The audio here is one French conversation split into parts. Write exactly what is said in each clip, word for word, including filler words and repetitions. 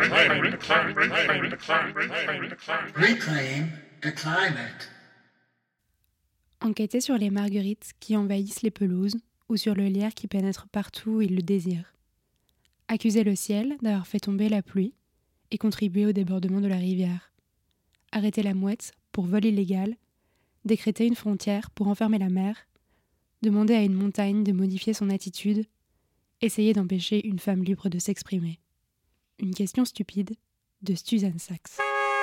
Reclaim the climate. Enquêter sur les marguerites qui envahissent les pelouses ou sur le lierre qui pénètre partout où il le désire. Accuser le ciel d'avoir fait tomber la pluie et contribuer au débordement de la rivière. Arrêter la mouette pour vol illégal, décréter une frontière pour enfermer la mer, demander à une montagne de modifier son attitude, essayer d'empêcher une femme libre de s'exprimer. Une question stupide de Suzanne Sachs.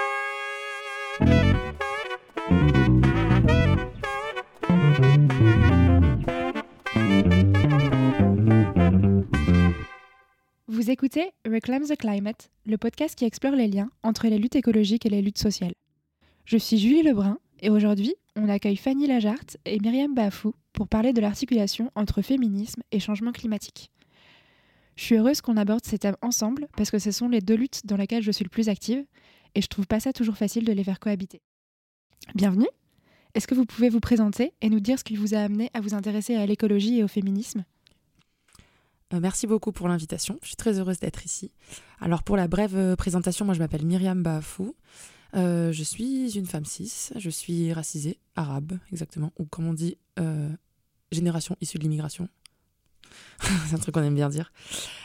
Vous écoutez Reclaim the Climate, le podcast qui explore les liens entre les luttes écologiques et les luttes sociales. Je suis Julie Lebrun et aujourd'hui, on accueille Fanny Lajarte et Myriam Bafou pour parler de l'articulation entre féminisme et changement climatique. Je suis heureuse qu'on aborde ces thèmes ensemble parce que ce sont les deux luttes dans lesquelles je suis le plus active et je trouve pas ça toujours facile de les faire cohabiter. Bienvenue. Est-ce que vous pouvez vous présenter et nous dire ce qui vous a amené à vous intéresser à l'écologie et au féminisme ? Euh, merci beaucoup pour l'invitation, je suis très heureuse d'être ici. Alors pour la brève euh, présentation, moi je m'appelle Myriam Bafou, euh, je suis une femme cis, je suis racisée, arabe exactement, ou comme on dit, euh, génération issue de l'immigration. C'est un truc qu'on aime bien dire.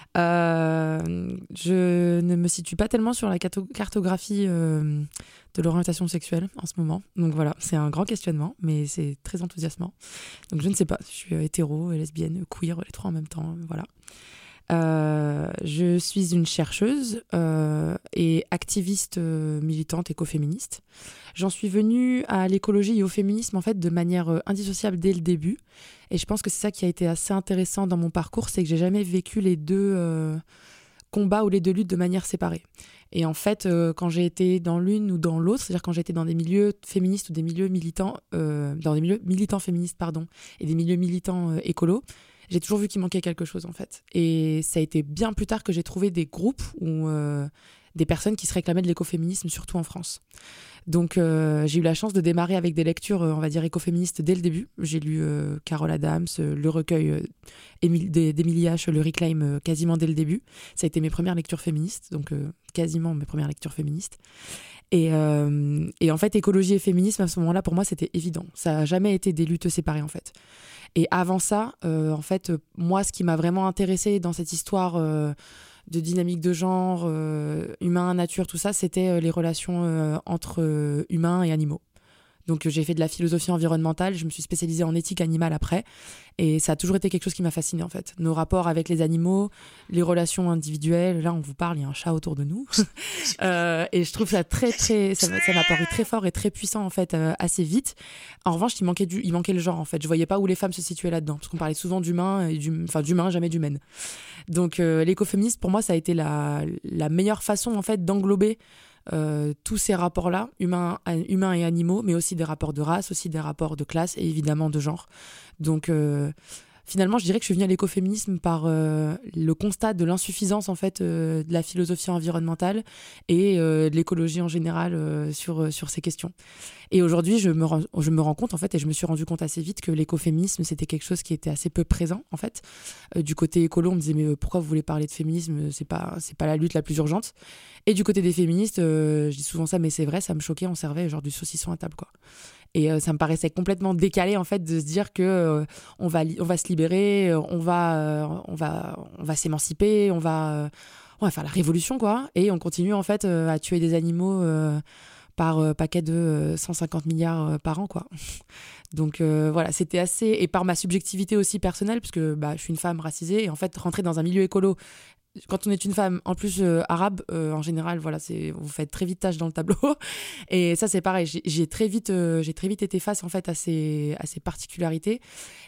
Euh, je ne me situe pas tellement sur la cartographie euh, de l'orientation sexuelle en ce moment. Donc voilà, c'est un grand questionnement, mais c'est très enthousiasmant. Donc je ne sais pas, je suis hétéro, lesbienne, queer, les trois en même temps. Voilà. Euh, je suis une chercheuse euh, et activiste euh, militante écoféministe. J'en suis venue à l'écologie et au féminisme en fait de manière euh, indissociable dès le début. Et je pense que c'est ça qui a été assez intéressant dans mon parcours, c'est que j'ai jamais vécu les deux euh, combats ou les deux luttes de manière séparée. Et en fait, euh, quand j'ai été dans l'une ou dans l'autre, c'est-à-dire quand j'ai été dans des milieux féministes ou des milieux militants, euh, dans des milieux militants féministes pardon, et des milieux militants euh, écolos, j'ai toujours vu qu'il manquait quelque chose en fait. Et ça a été bien plus tard que j'ai trouvé des groupes ou euh, des personnes qui se réclamaient de l'écoféminisme, surtout en France. Donc euh, j'ai eu la chance de démarrer avec des lectures, euh, on va dire, écoféministes dès le début. J'ai lu euh, Carole Adams, euh, le recueil euh, Émile, d'Émilie H, le Reclaim, euh, quasiment dès le début. Ça a été mes premières lectures féministes, donc euh, quasiment mes premières lectures féministes. Et, euh, et en fait, écologie et féminisme, à ce moment-là, pour moi, c'était évident. Ça n'a jamais été des luttes séparées, en fait. Et avant ça, euh, en fait, euh, moi, ce qui m'a vraiment intéressée dans cette histoire euh, de dynamique de genre, euh, humain, nature, tout ça, c'était euh, les relations euh, entre euh, humains et animaux. Donc euh, j'ai fait de la philosophie environnementale, je me suis spécialisée en éthique animale après, et ça a toujours été quelque chose qui m'a fascinée en fait. Nos rapports avec les animaux, les relations individuelles, là on vous parle, il y a un chat autour de nous, euh, et je trouve ça très très, ça, ça m'a paru très fort et très puissant en fait, euh, assez vite. En revanche, il manquait du, il manquait le genre en fait. Je voyais pas où les femmes se situaient là-dedans, parce qu'on parlait souvent d'humain et du, enfin d'humain, jamais d'humaine. Donc euh, l'écoféminisme pour moi ça a été la la meilleure façon en fait d'englober Euh, tous ces rapports-là, humains, humains et animaux, mais aussi des rapports de race, aussi des rapports de classe et évidemment de genre. Donc euh, finalement, je dirais que je suis venue à l'écoféminisme par euh, le constat de l'insuffisance en fait euh, de la philosophie environnementale et euh, de l'écologie en général euh, sur, sur ces questions. Et aujourd'hui, je me, rends, je me rends compte en fait, et je me suis rendu compte assez vite que l'écoféminisme, c'était quelque chose qui était assez peu présent en fait. Euh, du côté écolo, on me disait mais pourquoi vous voulez parler de féminisme ? C'est pas, c'est pas la lutte la plus urgente. Et du côté des féministes, euh, je dis souvent ça, mais c'est vrai, ça me choquait, on servait genre du saucisson à table quoi. Et euh, ça me paraissait complètement décalé en fait de se dire que euh, on va li- on va se libérer, euh, on va euh, on va on va s'émanciper, on va euh, on va faire la révolution quoi. Et on continue en fait euh, à tuer des animaux euh, par euh, paquet de euh, cent cinquante milliards euh, par an quoi. Donc euh, voilà, c'était assez, et par ma subjectivité aussi personnelle parce que bah je suis une femme racisée et en fait rentrer dans un milieu écolo quand on est une femme, en plus euh, arabe, euh, en général, voilà, c'est, vous faites très vite tâche dans le tableau. Et ça, c'est pareil. J'ai, j'ai très vite, euh, j'ai très vite été face en fait à ces, à ces particularités.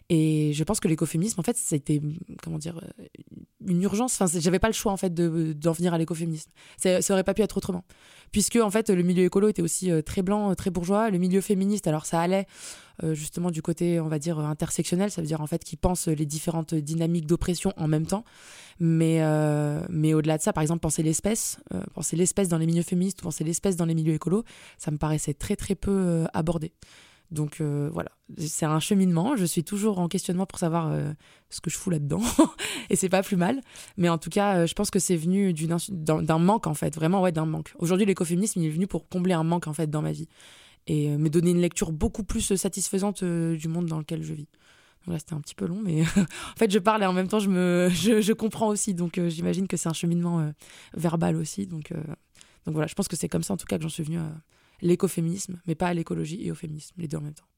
Et je pense que l'écoféminisme, en fait, c'était, comment dire, une urgence. Enfin, j'avais pas le choix en fait de, d'en venir à l'écoféminisme. Ça, ça aurait pas pu être autrement, puisque en fait, le milieu écolo était aussi euh, très blanc, très bourgeois. Le milieu féministe, alors ça allait. Euh, justement du côté, on va dire, intersectionnel, ça veut dire en fait qu'ils pensent les différentes dynamiques d'oppression en même temps. Mais, euh, mais au-delà de ça, par exemple, penser l'espèce, euh, penser l'espèce dans les milieux féministes, penser l'espèce dans les milieux écolos, ça me paraissait très très peu euh, abordé. Donc euh, voilà, c'est un cheminement. Je suis toujours en questionnement pour savoir euh, ce que je fous là-dedans. Et c'est pas plus mal. Mais en tout cas, euh, je pense que c'est venu d'une insu- d'un, d'un manque, en fait. Vraiment, ouais, d'un manque. Aujourd'hui, l'écoféminisme, il est venu pour combler un manque, en fait, dans ma vie. Et euh, me donner une lecture beaucoup plus satisfaisante euh, du monde dans lequel je vis. Donc là, c'était un petit peu long, mais en fait, je parle et en même temps, je, me... je, je comprends aussi. Donc euh, j'imagine que c'est un cheminement euh, verbal aussi. Donc, euh... donc voilà, je pense que c'est comme ça, en tout cas, que j'en suis venue à l'écoféminisme, mais pas à l'écologie et au féminisme, les deux en même temps.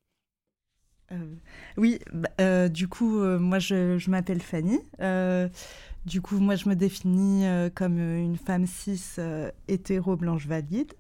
Euh, oui, bah, euh, du coup, euh, moi, je, je m'appelle Fanny. Euh, du coup, moi, je me définis euh, comme une femme cis euh, hétéro blanche valide.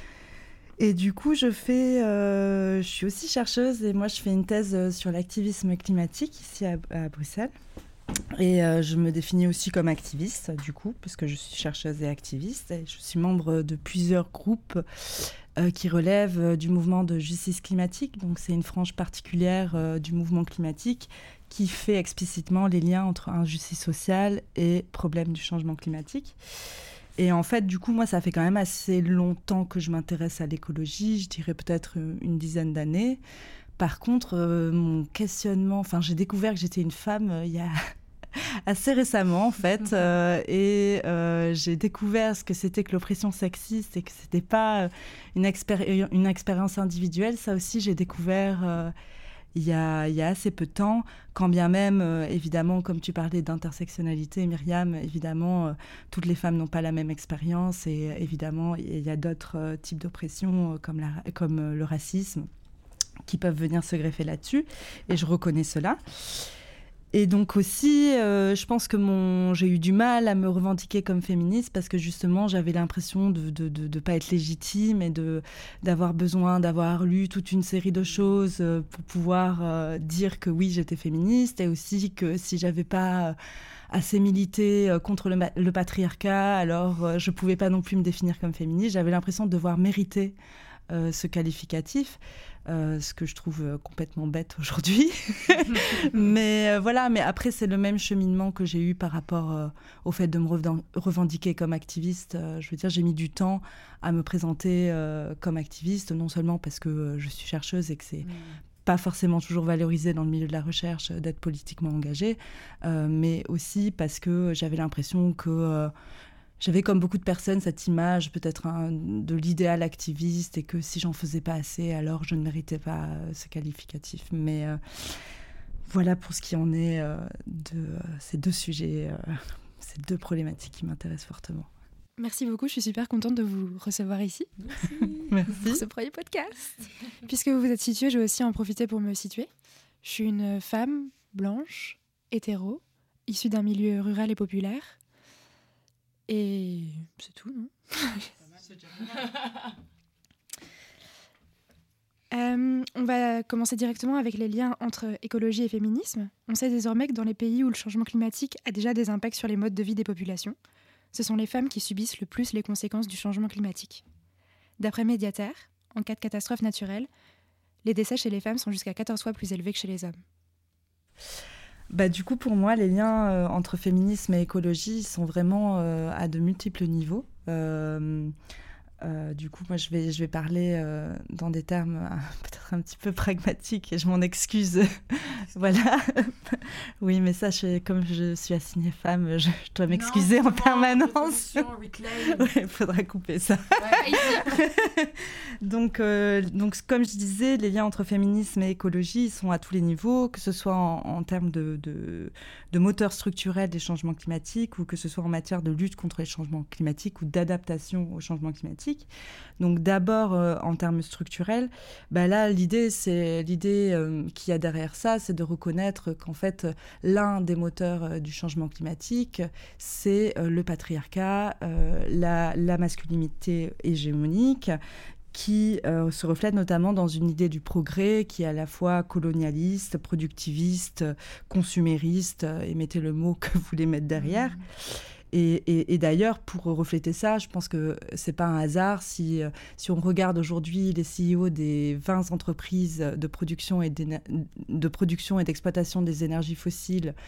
Et du coup, je fais, euh, je suis aussi chercheuse et moi, je fais une thèse sur l'activisme climatique ici à, à Bruxelles. Et euh, je me définis aussi comme activiste, du coup, parce que je suis chercheuse et activiste. Et je suis membre de plusieurs groupes euh, qui relèvent euh, du mouvement de justice climatique. Donc, c'est une frange particulière euh, du mouvement climatique qui fait explicitement les liens entre injustice sociale et problème du changement climatique. Et en fait, du coup, moi, ça fait quand même assez longtemps que je m'intéresse à l'écologie, je dirais peut-être une dizaine d'années. Par contre, euh, mon questionnement, enfin, j'ai découvert que j'étais une femme euh, il y a assez récemment, en fait, euh, et euh, j'ai découvert ce que c'était que l'oppression sexiste et que c'était pas une, expéri- une expérience individuelle. Ça aussi, j'ai découvert euh, il y a, il y a assez peu de temps, quand bien même, euh, évidemment, comme tu parlais d'intersectionnalité, Myriam, évidemment, euh, toutes les femmes n'ont pas la même expérience et évidemment, il y a d'autres euh, types d'oppression euh, comme, la, comme euh, le racisme qui peuvent venir se greffer là-dessus, et je reconnais cela. Et donc aussi, euh, je pense que mon... j'ai eu du mal à me revendiquer comme féministe parce que justement, j'avais l'impression de ne de, de, de pas être légitime et de, d'avoir besoin d'avoir lu toute une série de choses euh, pour pouvoir euh, dire que oui, j'étais féministe, et aussi que si j'avais pas assez milité euh, contre le, ma- le patriarcat, alors euh, je pouvais pas non plus me définir comme féministe. J'avais l'impression de devoir mériter euh, ce qualificatif. Euh, ce que je trouve euh, complètement bête aujourd'hui. mais euh, voilà, mais après, c'est le même cheminement que j'ai eu par rapport euh, au fait de me reven- revendiquer comme activiste. Euh, je veux dire, j'ai mis du temps à me présenter euh, comme activiste, non seulement parce que euh, je suis chercheuse et que c'est mmh. pas forcément toujours valorisé dans le milieu de la recherche euh, d'être politiquement engagée, euh, mais aussi parce que j'avais l'impression que... Euh, J'avais, comme beaucoup de personnes, cette image peut-être hein, de l'idéal activiste et que si j'en faisais pas assez, alors je ne méritais pas euh, ce qualificatif. Mais euh, voilà pour ce qui en est euh, de euh, ces deux sujets, euh, ces deux problématiques qui m'intéressent fortement. Merci beaucoup, je suis super contente de vous recevoir ici. Merci. Merci. Pour ce premier podcast. Puisque vous vous êtes située, je vais aussi en profiter pour me situer. Je suis une femme blanche, hétéro, issue d'un milieu rural et populaire. Et c'est tout, non ? euh, On va commencer directement avec les liens entre écologie et féminisme. On sait désormais que dans les pays où le changement climatique a déjà des impacts sur les modes de vie des populations, ce sont les femmes qui subissent le plus les conséquences du changement climatique. D'après Mediater, en cas de catastrophe naturelle, les décès chez les femmes sont jusqu'à quatorze fois plus élevés que chez les hommes. Bah, du coup, pour moi, les liens euh, entre féminisme et écologie sont vraiment euh, à de multiples niveaux. Euh, euh, du coup, moi, je vais, je vais parler euh, dans des termes euh, peut-être un petit peu pragmatiques et je m'en excuse. Voilà. Oui, mais ça, je, comme je suis assignée femme, je, je dois m'excuser non, en permanence. Il faudra couper ça. Ouais, donc, euh, donc, comme je disais, les liens entre féminisme et écologie sont à tous les niveaux, que ce soit en, en termes de, de, de moteur structurel des changements climatiques ou que ce soit en matière de lutte contre les changements climatiques ou d'adaptation aux changements climatiques. Donc d'abord, euh, en termes structurels, bah là, l'idée, c'est, l'idée euh, qu'il y a derrière ça, c'est de reconnaître qu'en fait, l'un des moteurs euh, du changement climatique, c'est euh, le patriarcat, euh, la, la masculinité hégémonique, qui euh, se reflète notamment dans une idée du progrès qui est à la fois colonialiste, productiviste, consumériste, euh, et mettez le mot que vous voulez mettre derrière. Mmh. Et, et, et d'ailleurs, pour refléter ça, je pense que ce n'est pas un hasard si, si on regarde aujourd'hui les C E O des vingt entreprises de production et, de production et d'exploitation des énergies fossiles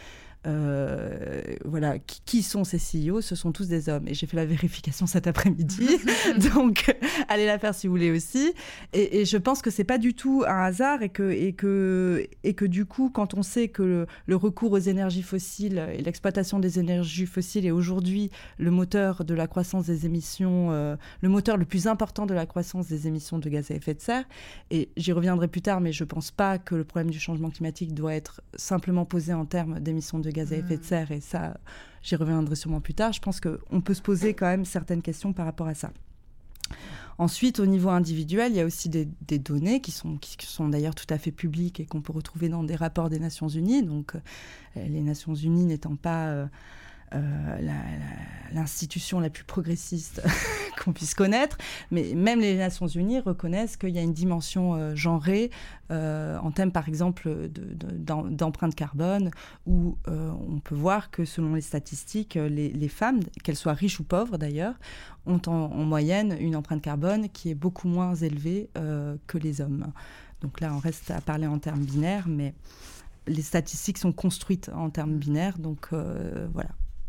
Euh, voilà, qui, qui sont ces C E O? Ce sont tous des hommes. Et j'ai fait la vérification cet après-midi, donc allez la faire si vous voulez aussi. Et, et je pense que c'est pas du tout un hasard et que, et que, et que du coup, quand on sait que le, le recours aux énergies fossiles et l'exploitation des énergies fossiles est aujourd'hui le moteur de la croissance des émissions, euh, le moteur le plus important de la croissance des émissions de gaz à effet de serre. Et j'y reviendrai plus tard, mais je pense pas que le problème du changement climatique doit être simplement posé en termes d'émissions de gaz à effet de serre, et ça, j'y reviendrai sûrement plus tard. Je pense qu'on peut se poser quand même certaines questions par rapport à ça. Ensuite, au niveau individuel, il y a aussi des, des données qui sont, qui sont d'ailleurs tout à fait publiques et qu'on peut retrouver dans des rapports des Nations Unies. Donc, euh, les Nations Unies n'étant pas euh, euh, la, la, l'institution la plus progressiste qu'on puisse connaître, mais même les Nations Unies reconnaissent qu'il y a une dimension euh, genrée euh, en termes, par exemple, de, de, d'empreinte carbone, où euh, on peut voir que, selon les statistiques, les, les femmes, qu'elles soient riches ou pauvres d'ailleurs, ont en, en moyenne une empreinte carbone qui est beaucoup moins élevée euh, que les hommes. Donc là, on reste à parler en termes binaires, mais les statistiques sont construites en termes binaires, donc euh, voilà.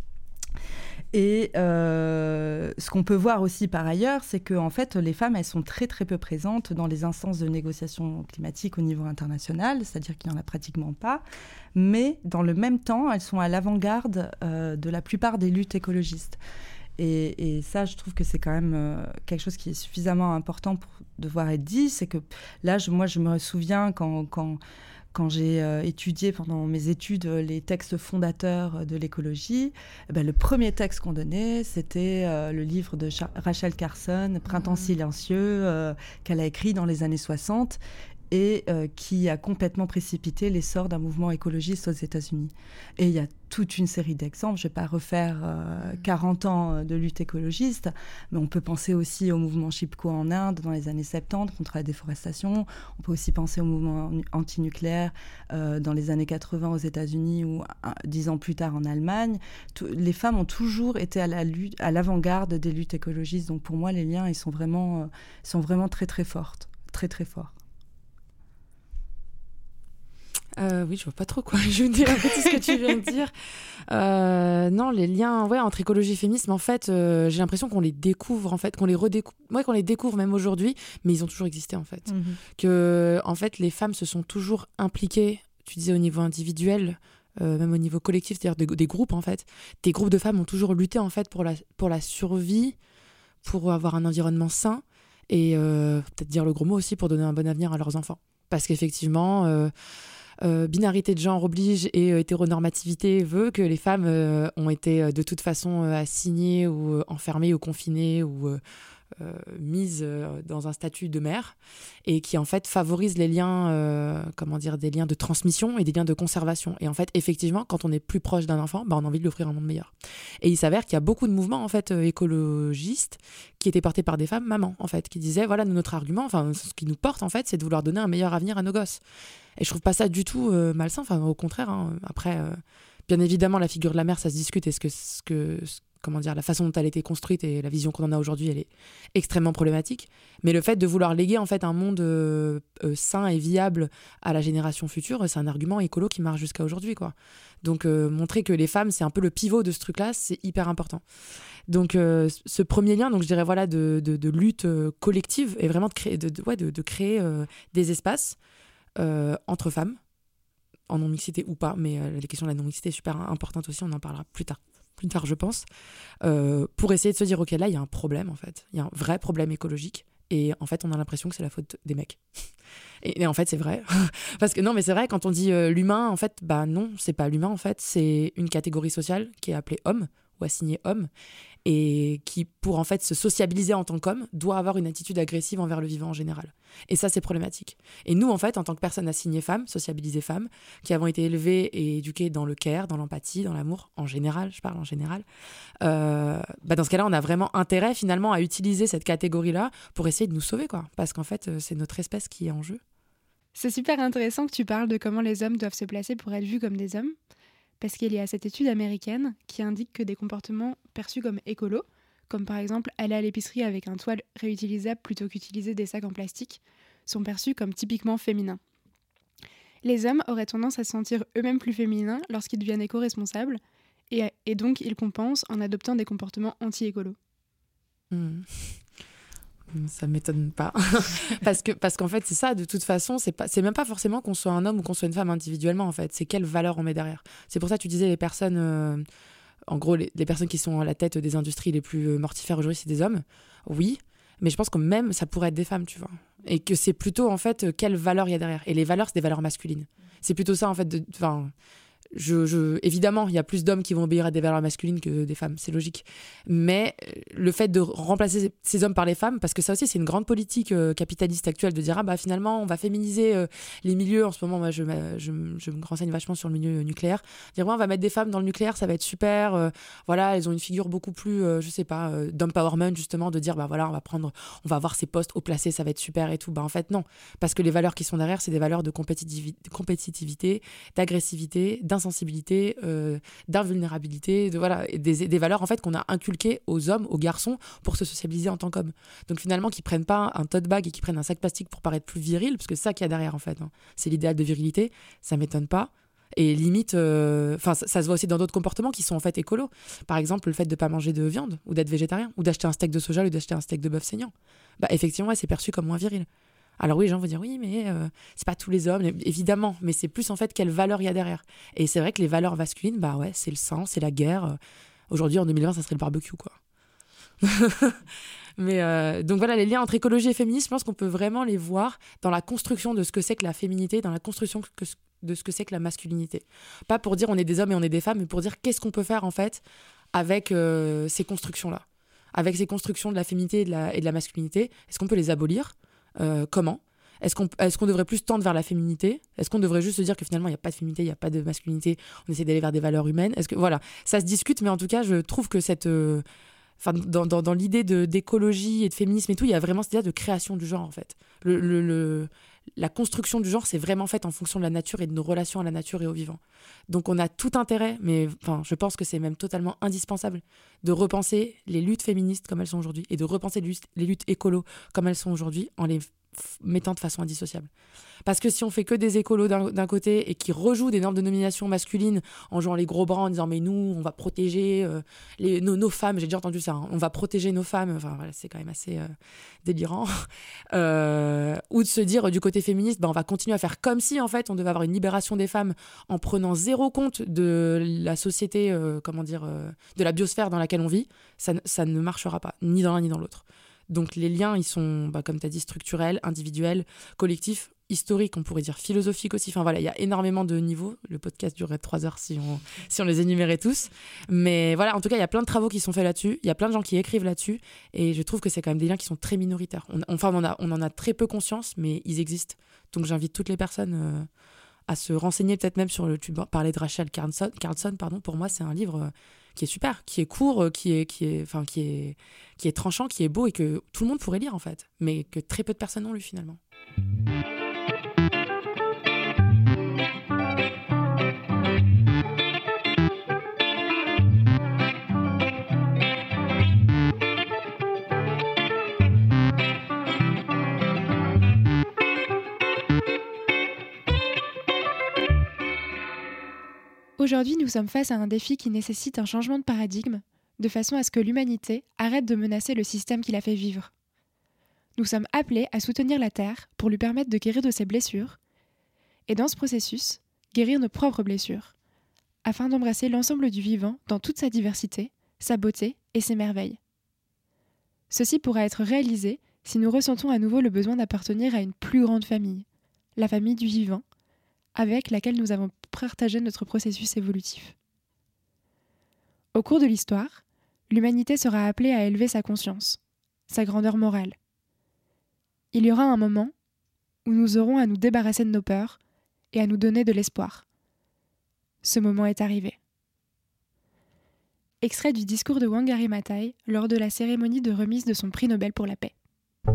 Et euh, ce qu'on peut voir aussi par ailleurs, c'est que en fait, les femmes, elles sont très très peu présentes dans les instances de négociation climatique au niveau international, c'est-à-dire qu'il n'y en a pratiquement pas. Mais dans le même temps, elles sont à l'avant-garde euh, de la plupart des luttes écologistes. Et, et ça, je trouve que c'est quand même euh, quelque chose qui est suffisamment important pour devoir être dit. C'est que là, je, moi, je me souviens quand... quand Quand j'ai euh, étudié pendant mes études euh, les textes fondateurs de l'écologie, eh ben, le premier texte qu'on donnait, c'était euh, le livre de Char- Rachel Carson, Printemps mmh. silencieux, euh, qu'elle a écrit dans les années soixante et euh, qui a complètement précipité l'essor d'un mouvement écologiste aux États-Unis. Et il y a toute une série d'exemples. Je ne vais pas refaire euh, quarante ans de lutte écologiste, mais on peut penser aussi au mouvement Chipko en Inde dans les années soixante-dix contre la déforestation. On peut aussi penser au mouvement antinucléaire euh, dans les années quatre-vingts aux États-Unis ou dix ans plus tard en Allemagne. Tout, les femmes ont toujours été à, la lutte, à l'avant-garde des luttes écologistes. Donc pour moi, les liens, ils sont vraiment, euh, sont vraiment très très forts, très très forts. Euh, oui, je vois pas trop quoi ajouter à tout ce que tu viens de dire. Euh, non, les liens ouais, entre écologie et féminisme, en fait, euh, j'ai l'impression qu'on les découvre, en fait, qu'on les redécouvre, ouais, qu'on les découvre même aujourd'hui, mais ils ont toujours existé, en fait. Mm-hmm. Que, en fait, les femmes se sont toujours impliquées, tu disais au niveau individuel, euh, même au niveau collectif, c'est-à-dire des, des groupes, en fait. Des groupes de femmes ont toujours lutté, en fait, pour la, pour la survie, pour avoir un environnement sain, et euh, peut-être dire le gros mot aussi, pour donner un bon avenir à leurs enfants. Parce qu'effectivement... Euh, Euh, binarité de genre oblige et euh, hétéronormativité veut que les femmes euh, ont été euh, de toute façon euh, assignées ou euh, enfermées ou confinées ou euh, euh, mises euh, dans un statut de mère et qui en fait favorise les liens, euh, comment dire, des liens de transmission et des liens de conservation. Et en fait, effectivement, quand on est plus proche d'un enfant, bah, on a envie de lui offrir un monde meilleur. Et il s'avère qu'il y a beaucoup de mouvements en fait euh, écologistes qui étaient portés par des femmes mamans en fait, qui disaient voilà notre argument, enfin ce qui nous porte en fait, c'est de vouloir donner un meilleur avenir à nos gosses. Et je trouve pas ça du tout euh, malsain, enfin au contraire. Hein. Après, euh, bien évidemment, la figure de la mère, ça se discute. Est-ce que, ce que, ce, comment dire, la façon dont elle a été construite et la vision qu'on en a aujourd'hui, elle est extrêmement problématique. Mais le fait de vouloir léguer en fait un monde euh, euh, sain et viable à la génération future, c'est un argument écolo qui marche jusqu'à aujourd'hui, quoi. Donc euh, montrer que les femmes, c'est un peu le pivot de ce truc-là, c'est hyper important. Donc euh, ce premier lien, donc je dirais voilà, de, de, de lutte euh, collective et vraiment de créer, de, de, ouais, de, de créer euh, des espaces. Euh, entre femmes, en non-mixité ou pas, mais euh, la question de la non-mixité est super importante aussi, on en parlera plus tard, plus tard je pense, euh, pour essayer de se dire, ok, là, il y a un problème, en fait, il y a un vrai problème écologique, et en fait, on a l'impression que c'est la faute des mecs. Et, et en fait, c'est vrai. Parce que non, mais c'est vrai, quand on dit euh, l'humain, en fait, bah non, c'est pas l'humain, en fait, c'est une catégorie sociale qui est appelée homme, ou assignée homme, et qui, pour en fait se sociabiliser en tant qu'homme, doit avoir une attitude agressive envers le vivant en général. Et ça, c'est problématique. Et nous, en fait, en tant que personnes assignées femmes, sociabilisées femmes, qui avons été élevées et éduquées dans le care, dans l'empathie, dans l'amour, en général, je parle en général, euh, bah dans ce cas-là, on a vraiment intérêt, finalement, à utiliser cette catégorie-là pour essayer de nous sauver, quoi. Parce qu'en fait, c'est notre espèce qui est en jeu. C'est super intéressant que tu parles de comment les hommes doivent se placer pour être vus comme des hommes. Parce qu'il y a cette étude américaine qui indique que des comportements perçus comme écolos, comme par exemple aller à l'épicerie avec un toile réutilisable plutôt qu'utiliser des sacs en plastique, sont perçus comme typiquement féminins. Les hommes auraient tendance à se sentir eux-mêmes plus féminins lorsqu'ils deviennent éco-responsables, et, et donc ils compensent en adoptant des comportements anti-écolos. Mmh. Ça m'étonne pas. parce, que, parce qu'en fait, c'est ça, de toute façon, c'est, pas, c'est même pas forcément qu'on soit un homme ou qu'on soit une femme individuellement, en fait. C'est quelle valeur on met derrière. C'est pour ça que tu disais les personnes, euh, en gros, les, les personnes qui sont à la tête des industries les plus mortifères aujourd'hui, c'est des hommes. Oui, mais je pense que même ça pourrait être des femmes, tu vois. Et que c'est plutôt, en fait, quelle valeur il y a derrière. Et les valeurs, c'est des valeurs masculines. C'est plutôt ça, en fait, de, enfin... Je, je, évidemment, il y a plus d'hommes qui vont obéir à des valeurs masculines que des femmes, c'est logique. Mais le fait de remplacer ces hommes par les femmes, parce que ça aussi, c'est une grande politique euh, capitaliste actuelle de dire ah bah finalement, on va féminiser euh, les milieux. En ce moment, moi, je, je, je me renseigne vachement sur le milieu nucléaire. Dire ouais, on va mettre des femmes dans le nucléaire, ça va être super. Euh, voilà, elles ont une figure beaucoup plus, euh, je sais pas, euh, d'empowerment justement, de dire bah voilà, on va prendre, on va avoir ces postes haut placés, ça va être super et tout. Bah en fait non, parce que les valeurs qui sont derrière, c'est des valeurs de compétitivité, compétitivité d'agressivité, d'insensibilité, euh, d'invulnérabilité, de, voilà, des, des valeurs en fait qu'on a inculquées aux hommes, aux garçons pour se sociabiliser en tant qu'hommes. Donc finalement qu'ils prennent pas un tote bag et qu'ils prennent un sac plastique pour paraître plus viril, parce que c'est ça qu'il y a derrière en fait, hein. C'est l'idéal de virilité, ça m'étonne pas. Et limite, enfin euh, ça, ça se voit aussi dans d'autres comportements qui sont en fait écolos. Par exemple, le fait de pas manger de viande ou d'être végétarien ou d'acheter un steak de soja ou d'acheter un steak de bœuf saignant. Bah effectivement, ouais, c'est perçu comme moins viril. Alors oui, les gens vont dire oui, mais euh, c'est pas tous les hommes, évidemment, mais c'est plus en fait quelle valeur il y a derrière. Et c'est vrai que les valeurs masculines, bah ouais, c'est le sang, c'est la guerre. Aujourd'hui, en deux mille vingt, ça serait le barbecue, quoi. Mais euh, donc voilà, les liens entre écologie et féminisme, je pense qu'on peut vraiment les voir dans la construction de ce que c'est que la féminité, dans la construction que, de ce que c'est que la masculinité. Pas pour dire on est des hommes et on est des femmes, mais pour dire qu'est-ce qu'on peut faire en fait avec euh, ces constructions-là, avec ces constructions de la féminité et de la, et de la masculinité. Est-ce qu'on peut les abolir ? Euh, comment ? Est-ce qu'on, est-ce qu'on devrait plus tendre vers la féminité ? Est-ce qu'on devrait juste se dire que finalement il n'y a pas de féminité, il n'y a pas de masculinité, on essaie d'aller vers des valeurs humaines ? Est-ce que, voilà, ça se discute, mais en tout cas je trouve que cette, euh, enfin, dans, dans, dans l'idée de, d'écologie et de féminisme et tout, il y a vraiment cette idée de création du genre en fait. Le, le, le, la construction du genre, c'est vraiment faite en fonction de la nature et de nos relations à la nature et au vivant. Donc on a tout intérêt, mais enfin, je pense que c'est même totalement indispensable de repenser les luttes féministes comme elles sont aujourd'hui et de repenser les luttes écolos comme elles sont aujourd'hui en les mettant de façon indissociable. Parce que si on fait que des écolos d'un, d'un côté et qui rejouent des normes de nomination masculines en jouant les gros bras en disant mais nous on va protéger euh, les, nos, nos femmes, j'ai déjà entendu ça, hein, on va protéger nos femmes, enfin voilà, c'est quand même assez euh, délirant, euh, ou de se dire du côté féministe bah, on va continuer à faire comme si en fait on devait avoir une libération des femmes en prenant zéro compte de la société, euh, comment dire, euh, de la biosphère dans laquelle on vit, ça, ça ne marchera pas, ni dans l'un ni dans l'autre. Donc les liens, ils sont, bah, comme tu as dit, structurels, individuels, collectifs, historiques, on pourrait dire philosophiques aussi. Enfin voilà, il y a énormément de niveaux. Le podcast durerait trois heures si on, si on les énumérait tous. Mais voilà, en tout cas, il y a plein de travaux qui sont faits là-dessus. Il y a plein de gens qui écrivent là-dessus. Et je trouve que c'est quand même des liens qui sont très minoritaires. On, enfin, on en a, on en a très peu conscience, mais ils existent. Donc j'invite toutes les personnes euh, à se renseigner, peut-être même sur le... Tu parlais de Rachel Carlson, Carlson, pardon. Pour moi, c'est un livre... Euh, qui est super, qui est court, qui est, qui est, enfin, qui est, qui est tranchant, qui est beau et que tout le monde pourrait lire en fait, mais que très peu de personnes ont lu finalement. Aujourd'hui, nous sommes face à un défi qui nécessite un changement de paradigme, de façon à ce que l'humanité arrête de menacer le système qui la fait vivre. Nous sommes appelés à soutenir la Terre pour lui permettre de guérir de ses blessures, et dans ce processus, guérir nos propres blessures, afin d'embrasser l'ensemble du vivant dans toute sa diversité, sa beauté et ses merveilles. Ceci pourra être réalisé si nous ressentons à nouveau le besoin d'appartenir à une plus grande famille, la famille du vivant, avec laquelle nous avons partagé notre processus évolutif. Au cours de l'histoire, l'humanité sera appelée à élever sa conscience, sa grandeur morale. Il y aura un moment où nous aurons à nous débarrasser de nos peurs et à nous donner de l'espoir. Ce moment est arrivé. Extrait du discours de Wangari Maathai lors de la cérémonie de remise de son prix Nobel pour la paix.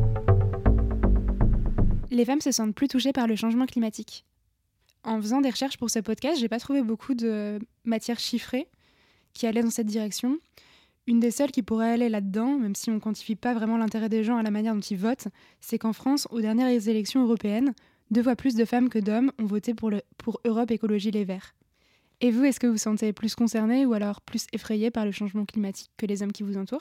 Les femmes se sentent plus touchées par le changement climatique. En faisant des recherches pour ce podcast, j'ai pas trouvé beaucoup de matières chiffrées qui allaient dans cette direction. Une des seules qui pourrait aller là-dedans, même si on quantifie pas vraiment l'intérêt des gens à la manière dont ils votent, c'est qu'en France, aux dernières élections européennes, Deux fois plus de femmes que d'hommes ont voté pour, le, pour Europe Écologie Les Verts. Et vous, est-ce que vous vous sentez plus concernés ou alors plus effrayés par le changement climatique que les hommes qui vous entourent ?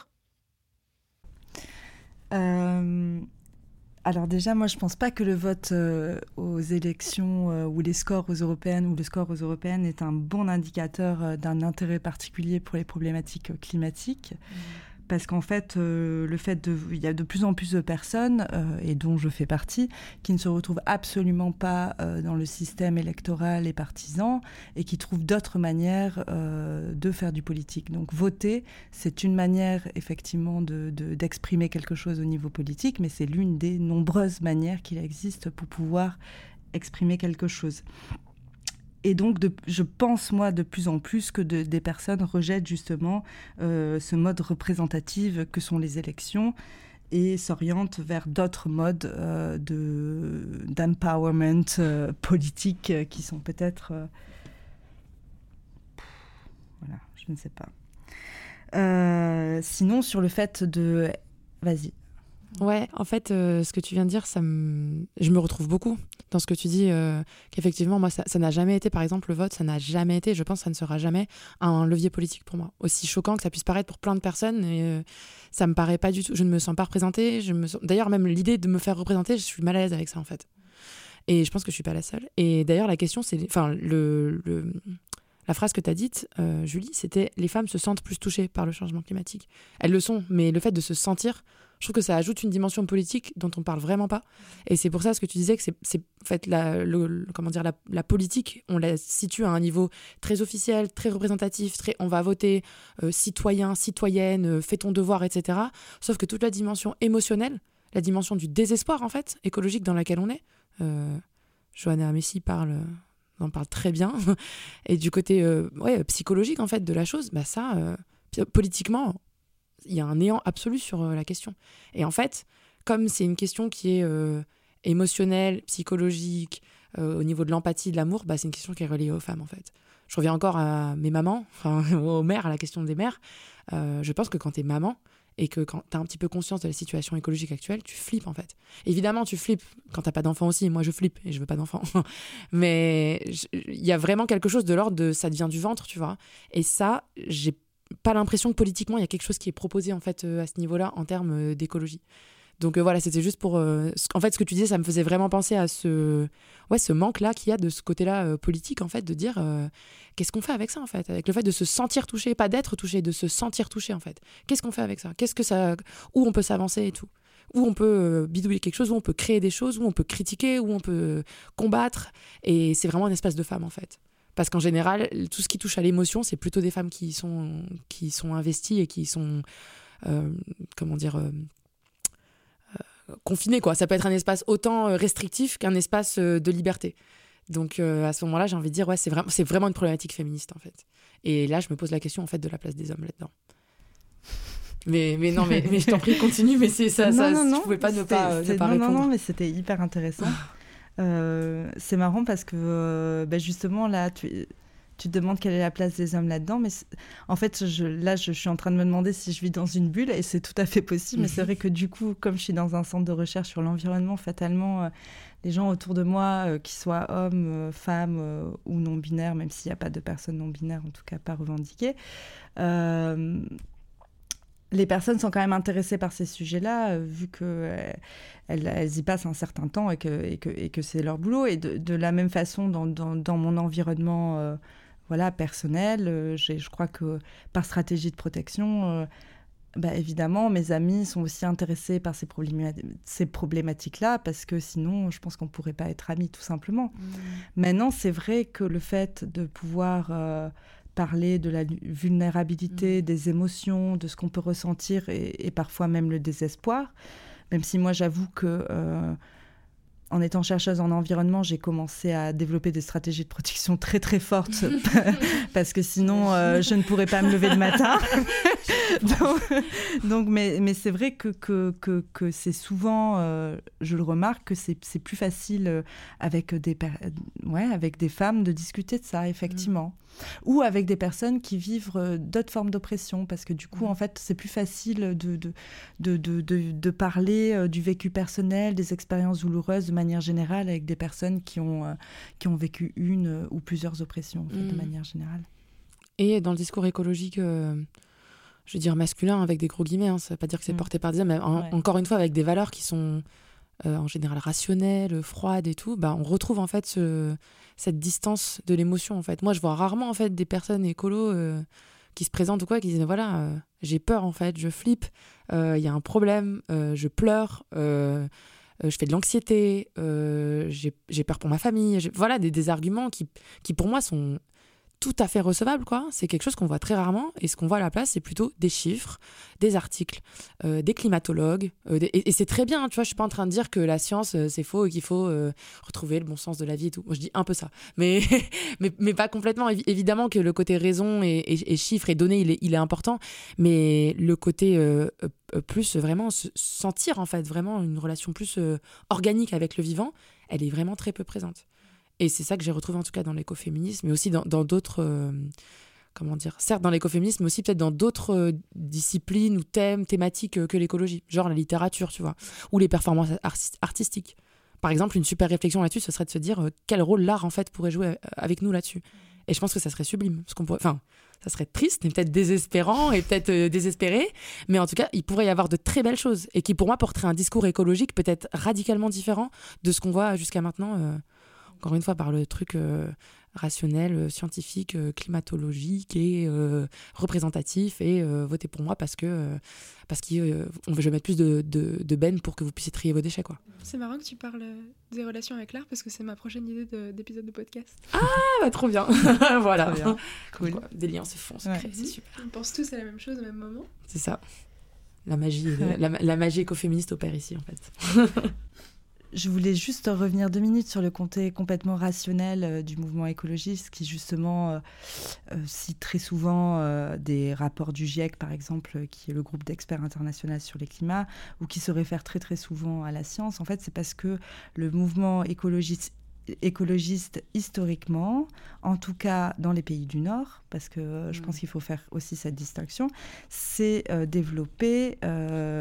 euh... Alors déjà, moi, je ne pense pas que le vote euh, aux élections euh, ou les scores aux européennes ou le score aux européennes est un bon indicateur euh, d'un intérêt particulier pour les problématiques euh, climatiques. Mmh. Parce qu'en fait, euh, le fait de, il y a de plus en plus de personnes, euh, et dont je fais partie, qui ne se retrouvent absolument pas euh, dans le système électoral et partisan et qui trouvent d'autres manières euh, de faire du politique. Donc voter, c'est une manière effectivement de, de, d'exprimer quelque chose au niveau politique, mais c'est l'une des nombreuses manières qu'il existe pour pouvoir exprimer quelque chose. Et donc, de, je pense, moi, de plus en plus que de, des personnes rejettent justement euh, ce mode représentatif que sont les élections et s'orientent vers d'autres modes euh, de, d'empowerment euh, politique euh, qui sont peut-être... Euh... Voilà, je ne sais pas. Euh, sinon, sur le fait de... Vas-y. Ouais, en fait, euh, ce que tu viens de dire, ça me... je me retrouve beaucoup dans ce que tu dis, euh, qu'effectivement, moi, ça, ça n'a jamais été, par exemple, le vote, ça n'a jamais été, je pense que ça ne sera jamais un levier politique pour moi. Aussi choquant que ça puisse paraître pour plein de personnes, et, euh, ça me paraît pas du tout, je ne me sens pas représentée, je me sens... d'ailleurs, même l'idée de me faire représenter, je suis mal à l'aise avec ça, en fait. Et je pense que je suis pas la seule. Et d'ailleurs, la question, c'est... Enfin, le... le... La phrase que tu as dite, euh, Julie, c'était « les femmes se sentent plus touchées par le changement climatique ». Elles le sont, mais le fait de se sentir, je trouve que ça ajoute une dimension politique dont on parle vraiment pas. Et c'est pour ça ce que tu disais, que c'est, c'est en fait la, le, le, comment dire, la, la politique, on la situe à un niveau très officiel, très représentatif, très, on va voter euh, citoyen, citoyenne, euh, fais ton devoir, et cetera. Sauf que toute la dimension émotionnelle, la dimension du désespoir en fait, écologique dans laquelle on est, euh, Johanna Messi parle... on en parle très bien, et du côté euh, ouais, psychologique en fait de la chose, bah ça, euh, politiquement, il y a un néant absolu sur euh, la question. Et en fait, comme c'est une question qui est euh, émotionnelle, psychologique, euh, au niveau de l'empathie, de l'amour, bah, c'est une question qui est reliée aux femmes en fait. Je reviens encore à mes mamans, enfin aux mères, à la question des mères. Euh, je pense que quand t'es maman, et que quand tu as un petit peu conscience de la situation écologique actuelle, tu flippes en fait. Évidemment, tu flippes quand tu n'as pas d'enfant aussi. Moi, je flippe et je veux pas d'enfant. Mais il y a vraiment quelque chose de l'ordre de ça devient du ventre, tu vois. Et ça, j'ai pas l'impression que politiquement, il y a quelque chose qui est proposé en fait à ce niveau-là en termes d'écologie. Donc euh, voilà, c'était juste pour... Euh, en fait, ce que tu disais, ça me faisait vraiment penser à ce, ouais, ce manque-là qu'il y a de ce côté-là euh, politique, en fait, de dire euh, qu'est-ce qu'on fait avec ça, en fait, avec le fait de se sentir touché, pas d'être touché, de se sentir touché, en fait. Qu'est-ce qu'on fait avec ça ? Qu'est-ce que ça... Où on peut s'avancer et tout ? Où on peut euh, bidouiller quelque chose, où on peut créer des choses, où on peut critiquer, où on peut combattre. Et c'est vraiment un espace de femmes, en fait. Parce qu'en général, tout ce qui touche à l'émotion, c'est plutôt des femmes qui sont, qui sont investies et qui sont... Euh, comment dire... Euh, confiné quoi, ça peut être un espace autant restrictif qu'un espace de liberté. Donc euh, à ce moment-là, j'ai envie de dire ouais, c'est vraiment c'est vraiment une problématique féministe en fait. Et là, je me pose la question en fait de la place des hommes là-dedans. Mais mais non mais, mais je t'en prie, continue, mais c'est ça, non, ça non, je non, pouvais pas ne pas, c'est, ne pas non, répondre. non non mais c'était hyper intéressant. euh, c'est marrant parce que euh, bah justement là tu Tu te demandes quelle est la place des hommes là-dedans, mais en fait, je, là, je suis en train de me demander si je vis dans une bulle, et c'est tout à fait possible. Mais c'est vrai que du coup, comme je suis dans un centre de recherche sur l'environnement, fatalement, euh, les gens autour de moi, euh, qu'ils soient hommes, euh, femmes euh, ou non-binaires, même s'il n'y a pas de personnes non-binaires, en tout cas pas revendiquées, euh, les personnes sont quand même intéressées par ces sujets-là, euh, vu qu'elles euh, elles y passent un certain temps et que, et que, et que c'est leur boulot. Et de, de la même façon, dans, dans, dans mon environnement... Euh, Voilà, personnel, euh, j'ai, je crois que par stratégie de protection, euh, bah, évidemment, mes amis sont aussi intéressés par ces, probléma- ces problématiques-là, parce que sinon, je pense qu'on ne pourrait pas être amis, tout simplement. Mmh. Maintenant, c'est vrai que le fait de pouvoir euh, parler de la vulnérabilité, mmh. des émotions, de ce qu'on peut ressentir, et, et parfois même le désespoir, même si moi, j'avoue que... Euh, En étant chercheuse en environnement, j'ai commencé à développer des stratégies de protection très très fortes parce que sinon euh, je ne pourrais pas me lever le matin. donc, donc, mais, mais c'est vrai que, que, que, que c'est souvent, euh, je le remarque, que c'est, c'est plus facile avec des, ouais, avec des femmes de discuter de ça, effectivement. Mmh. Ou avec des personnes qui vivent d'autres formes d'oppression, parce que du coup, mmh. en fait, c'est plus facile de, de, de, de, de, de parler du vécu personnel, des expériences douloureuses, de manière générale avec des personnes qui ont, euh, qui ont vécu une euh, ou plusieurs oppressions, en fait, mmh. de manière générale. Et dans le discours écologique, euh, je veux dire masculin, avec des gros guillemets, hein, ça ne veut pas dire que c'est mmh. porté par des hommes, mais en, ouais. encore une fois, avec des valeurs qui sont euh, en général rationnelles, froides et tout, bah, on retrouve en fait ce, cette distance de l'émotion. En fait. Moi, je vois rarement en fait, des personnes écolos euh, qui se présentent ou quoi, qui disent voilà, euh, j'ai peur, en fait, je flippe, il euh, y a un problème, euh, je pleure, euh, euh, je fais de l'anxiété, euh, j'ai, j'ai peur pour ma famille. J'ai... Voilà, des, des arguments qui, qui, pour moi, sont tout à fait recevable, quoi. C'est quelque chose qu'on voit très rarement, et ce qu'on voit à la place, c'est plutôt des chiffres, des articles, euh, des climatologues, euh, des... Et, et c'est très bien, tu vois, je suis pas en train de dire que la science, euh, c'est faux et qu'il faut euh, retrouver le bon sens de la vie et tout. Moi, je dis un peu ça, mais, mais, mais pas complètement. Évi- évidemment que le côté raison et, et, et chiffres et données, il est, il est important, mais le côté euh, euh, plus vraiment se sentir, en fait, vraiment une relation plus euh, organique avec le vivant, elle est vraiment très peu présente. Et c'est ça que j'ai retrouvé en tout cas dans l'écoféminisme, mais aussi dans, dans d'autres, euh, comment dire, certes dans l'écoféminisme, mais aussi peut-être dans d'autres euh, disciplines ou thèmes, thématiques euh, que l'écologie, genre la littérature, tu vois, ou les performances art- artistiques. Par exemple, une super réflexion là-dessus, ce serait de se dire euh, quel rôle l'art en fait pourrait jouer avec nous là-dessus. Et je pense que ça serait sublime, parce qu'on pourrait, enfin, ça serait triste et peut-être désespérant et peut-être euh, désespéré, mais en tout cas, il pourrait y avoir de très belles choses et qui pour moi porteraient un discours écologique peut-être radicalement différent de ce qu'on voit jusqu'à maintenant. Euh, Encore une fois, par le truc euh, rationnel, euh, scientifique, euh, climatologique et euh, représentatif. Et euh, votez pour moi parce que euh, parce que euh, je vais mettre plus de, de, de bennes pour que vous puissiez trier vos déchets, quoi. C'est marrant que tu parles des relations avec l'art parce que c'est ma prochaine idée de, d'épisode de podcast. Ah, bah trop bien. Voilà. Trop bien. Cool. Quoi, des liens se font, se ouais. créent, c'est super. On pense tous à la même chose au même moment. C'est ça. La magie, ouais. la, la magie écoféministe opère ici, en fait. Je voulais juste revenir deux minutes sur le côté complètement rationnel euh, du mouvement écologiste qui justement euh, euh, cite très souvent euh, des rapports du GIEC par exemple, qui est le groupe d'experts international sur les climats, ou qui se réfère très très souvent à la science. En fait, c'est parce que le mouvement écologiste écologiste historiquement, en tout cas dans les pays du Nord, parce que euh, je mmh. pense qu'il faut faire aussi cette distinction, c'est euh, développé... Euh,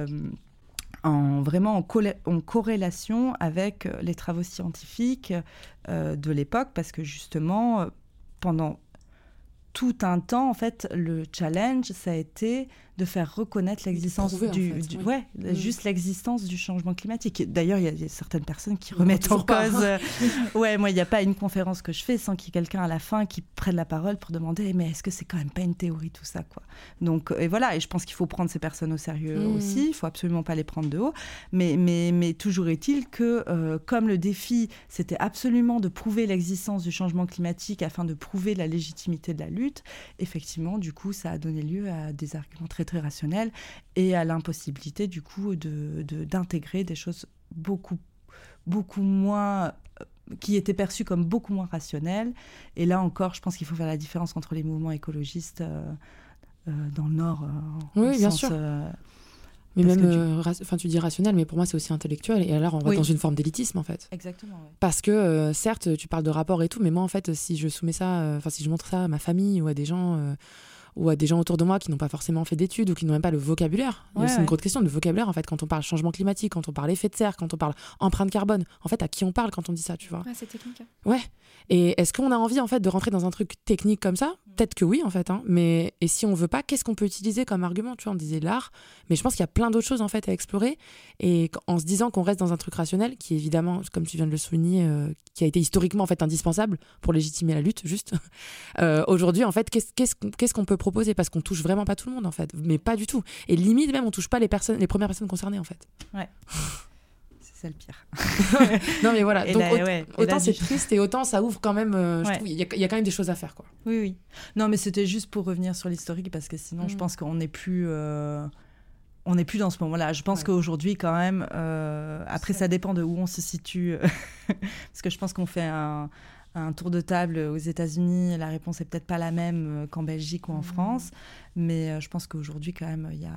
En, vraiment en, collé- en corrélation avec les travaux scientifiques euh, de l'époque, parce que justement, euh, pendant tout un temps, en fait, le challenge, ça a été de faire reconnaître l'existence prouver, du... en fait, du oui. Ouais, mmh. juste l'existence du changement climatique. D'ailleurs, il y, y a certaines personnes qui remettent en cause... Euh, ouais, moi, il n'y a pas une conférence que je fais sans qu'il y ait quelqu'un à la fin qui prenne la parole pour demander « Mais est-ce que c'est quand même pas une théorie, tout ça ?» quoi. Donc, et voilà, et je pense qu'il faut prendre ces personnes au sérieux mmh. aussi. Il ne faut absolument pas les prendre de haut. Mais, mais, mais toujours est-il que, euh, comme le défi, c'était absolument de prouver l'existence du changement climatique afin de prouver la légitimité de la lutte, effectivement, du coup, ça a donné lieu à des arguments très très rationnel et à l'impossibilité du coup de, de, d'intégrer des choses beaucoup, beaucoup moins, euh, qui étaient perçues comme beaucoup moins rationnelles. Et là encore, je pense qu'il faut faire la différence entre les mouvements écologistes euh, euh, dans le Nord. Euh, oui, bien sens, sûr. Euh, mais même, euh, tu... Ra- tu dis rationnel, mais pour moi, c'est aussi intellectuel. Et alors, on va oui. dans une forme d'élitisme, en fait. Exactement. Ouais. Parce que, euh, certes, tu parles de rapport et tout, mais moi, en fait, si je soumets ça, enfin, euh, si je montre ça à ma famille ou à des gens... Euh, ou à des gens autour de moi qui n'ont pas forcément fait d'études ou qui n'ont même pas le vocabulaire. Ouais, c'est ouais. une grosse question de vocabulaire, en fait, quand on parle changement climatique, quand on parle effet de serre, quand on parle empreinte carbone. En fait, à qui on parle quand on dit ça, tu vois ? Ouais, c'est technique. Ouais. Et est-ce qu'on a envie, en fait, de rentrer dans un truc technique comme ça ? Peut-être que oui, en fait. Hein. Mais et si on veut pas, qu'est-ce qu'on peut utiliser comme argument ? Tu vois, on disait l'art, mais je pense qu'il y a plein d'autres choses, en fait, à explorer. Et en se disant qu'on reste dans un truc rationnel, qui est évidemment, comme tu viens de le souligner, euh, qui a été historiquement, en fait, indispensable pour légitimer la lutte, juste. euh, aujourd'hui, en fait, qu'est-ce, qu'est-ce, qu'est-ce qu'on peut proposer ? Parce qu'on touche vraiment pas tout le monde, en fait. Mais pas du tout. Et limite, même, on touche pas les personnes, les premières personnes concernées, en fait. Ouais. C'est le pire. Non mais voilà, et donc là, autant, ouais. autant là, c'est du... triste et autant ça ouvre quand même, euh, je ouais. trouve, il y, y a quand même des choses à faire, quoi. Oui, oui. Non mais c'était juste pour revenir sur l'historique parce que sinon mmh. je pense qu'on n'est plus, euh... on n'est plus dans ce moment-là. Je pense ouais. qu'aujourd'hui quand même, euh... après ça dépend de où on se situe, parce que je pense qu'on fait un... un tour de table aux États-Unis, la réponse est peut-être pas la même qu'en Belgique ou en mmh. France, mais je pense qu'aujourd'hui quand même il y a...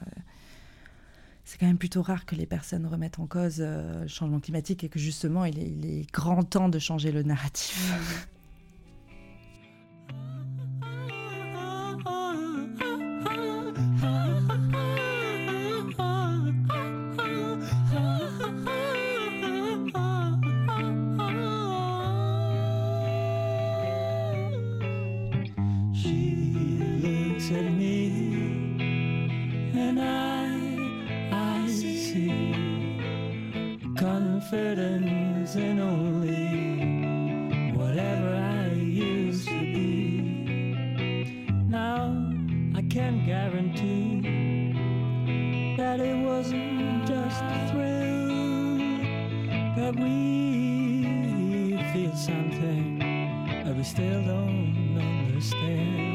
C'est quand même plutôt rare que les personnes remettent en cause euh, le changement climatique et que justement, il est, il est grand temps de changer le narratif. Mmh. and I, I see confidence in only whatever I used to be. Now I can guarantee that it wasn't just a thrill, that we feel something that we still don't understand.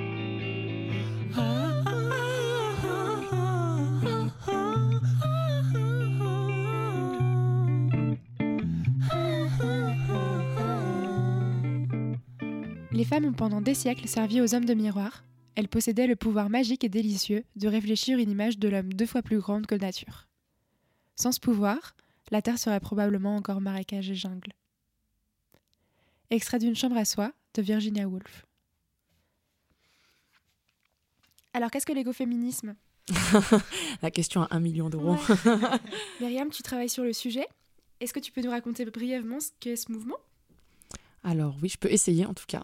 Les femmes ont pendant des siècles servi aux hommes de miroir. Elles possédaient le pouvoir magique et délicieux de réfléchir une image de l'homme deux fois plus grande que nature. Sans ce pouvoir, la terre serait probablement encore marécage et jungle. Extrait d'une chambre à soi de Virginia Woolf. Alors, qu'est-ce que l'écoféminisme ? La question à un million d'euros. Ouais. Myriam, tu travailles sur le sujet. Est-ce que tu peux nous raconter brièvement ce qu'est ce mouvement ? Alors oui, je peux essayer en tout cas.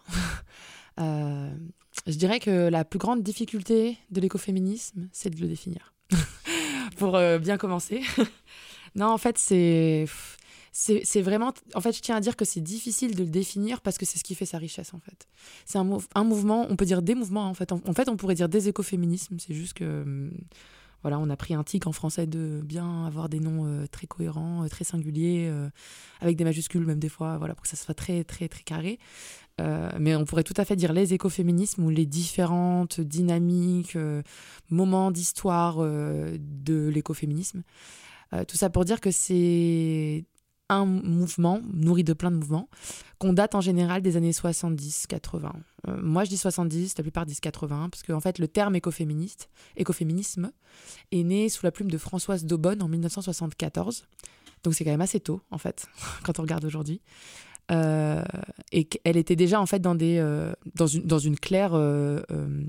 euh, je dirais que la plus grande difficulté de l'écoféminisme, c'est de le définir. Pour euh, bien commencer. Non, en fait, c'est... C'est, c'est vraiment... En fait, je tiens à dire que c'est difficile de le définir parce que c'est ce qui fait sa richesse, en fait. C'est un, mou- un mouvement, on peut dire des mouvements, en fait. En, en fait, on pourrait dire des écoféminismes. C'est juste que... Hum, voilà, on a pris un tic en français de bien avoir des noms euh, très cohérents, euh, très singuliers, euh, avec des majuscules même des fois, voilà, pour que ça soit très, très, très carré. Euh, mais on pourrait tout à fait dire les écoféminismes ou les différentes dynamiques, euh, moments d'histoire euh, de l'écoféminisme. Euh, tout ça pour dire que c'est un mouvement, nourri de plein de mouvements, qu'on date en général des années soixante-dix quatre-vingts. Euh, moi, je dis soixante-dix, la plupart disent quatre-vingts, parce qu'en fait, le terme écoféministe, écoféminisme est né sous la plume de Françoise d'Aubonne en dix-neuf cent soixante-quatorze. Donc c'est quand même assez tôt, en fait, quand on regarde aujourd'hui. Euh, et qu'elle était déjà, en fait, dans, des, euh, dans, une, dans une claire euh, euh,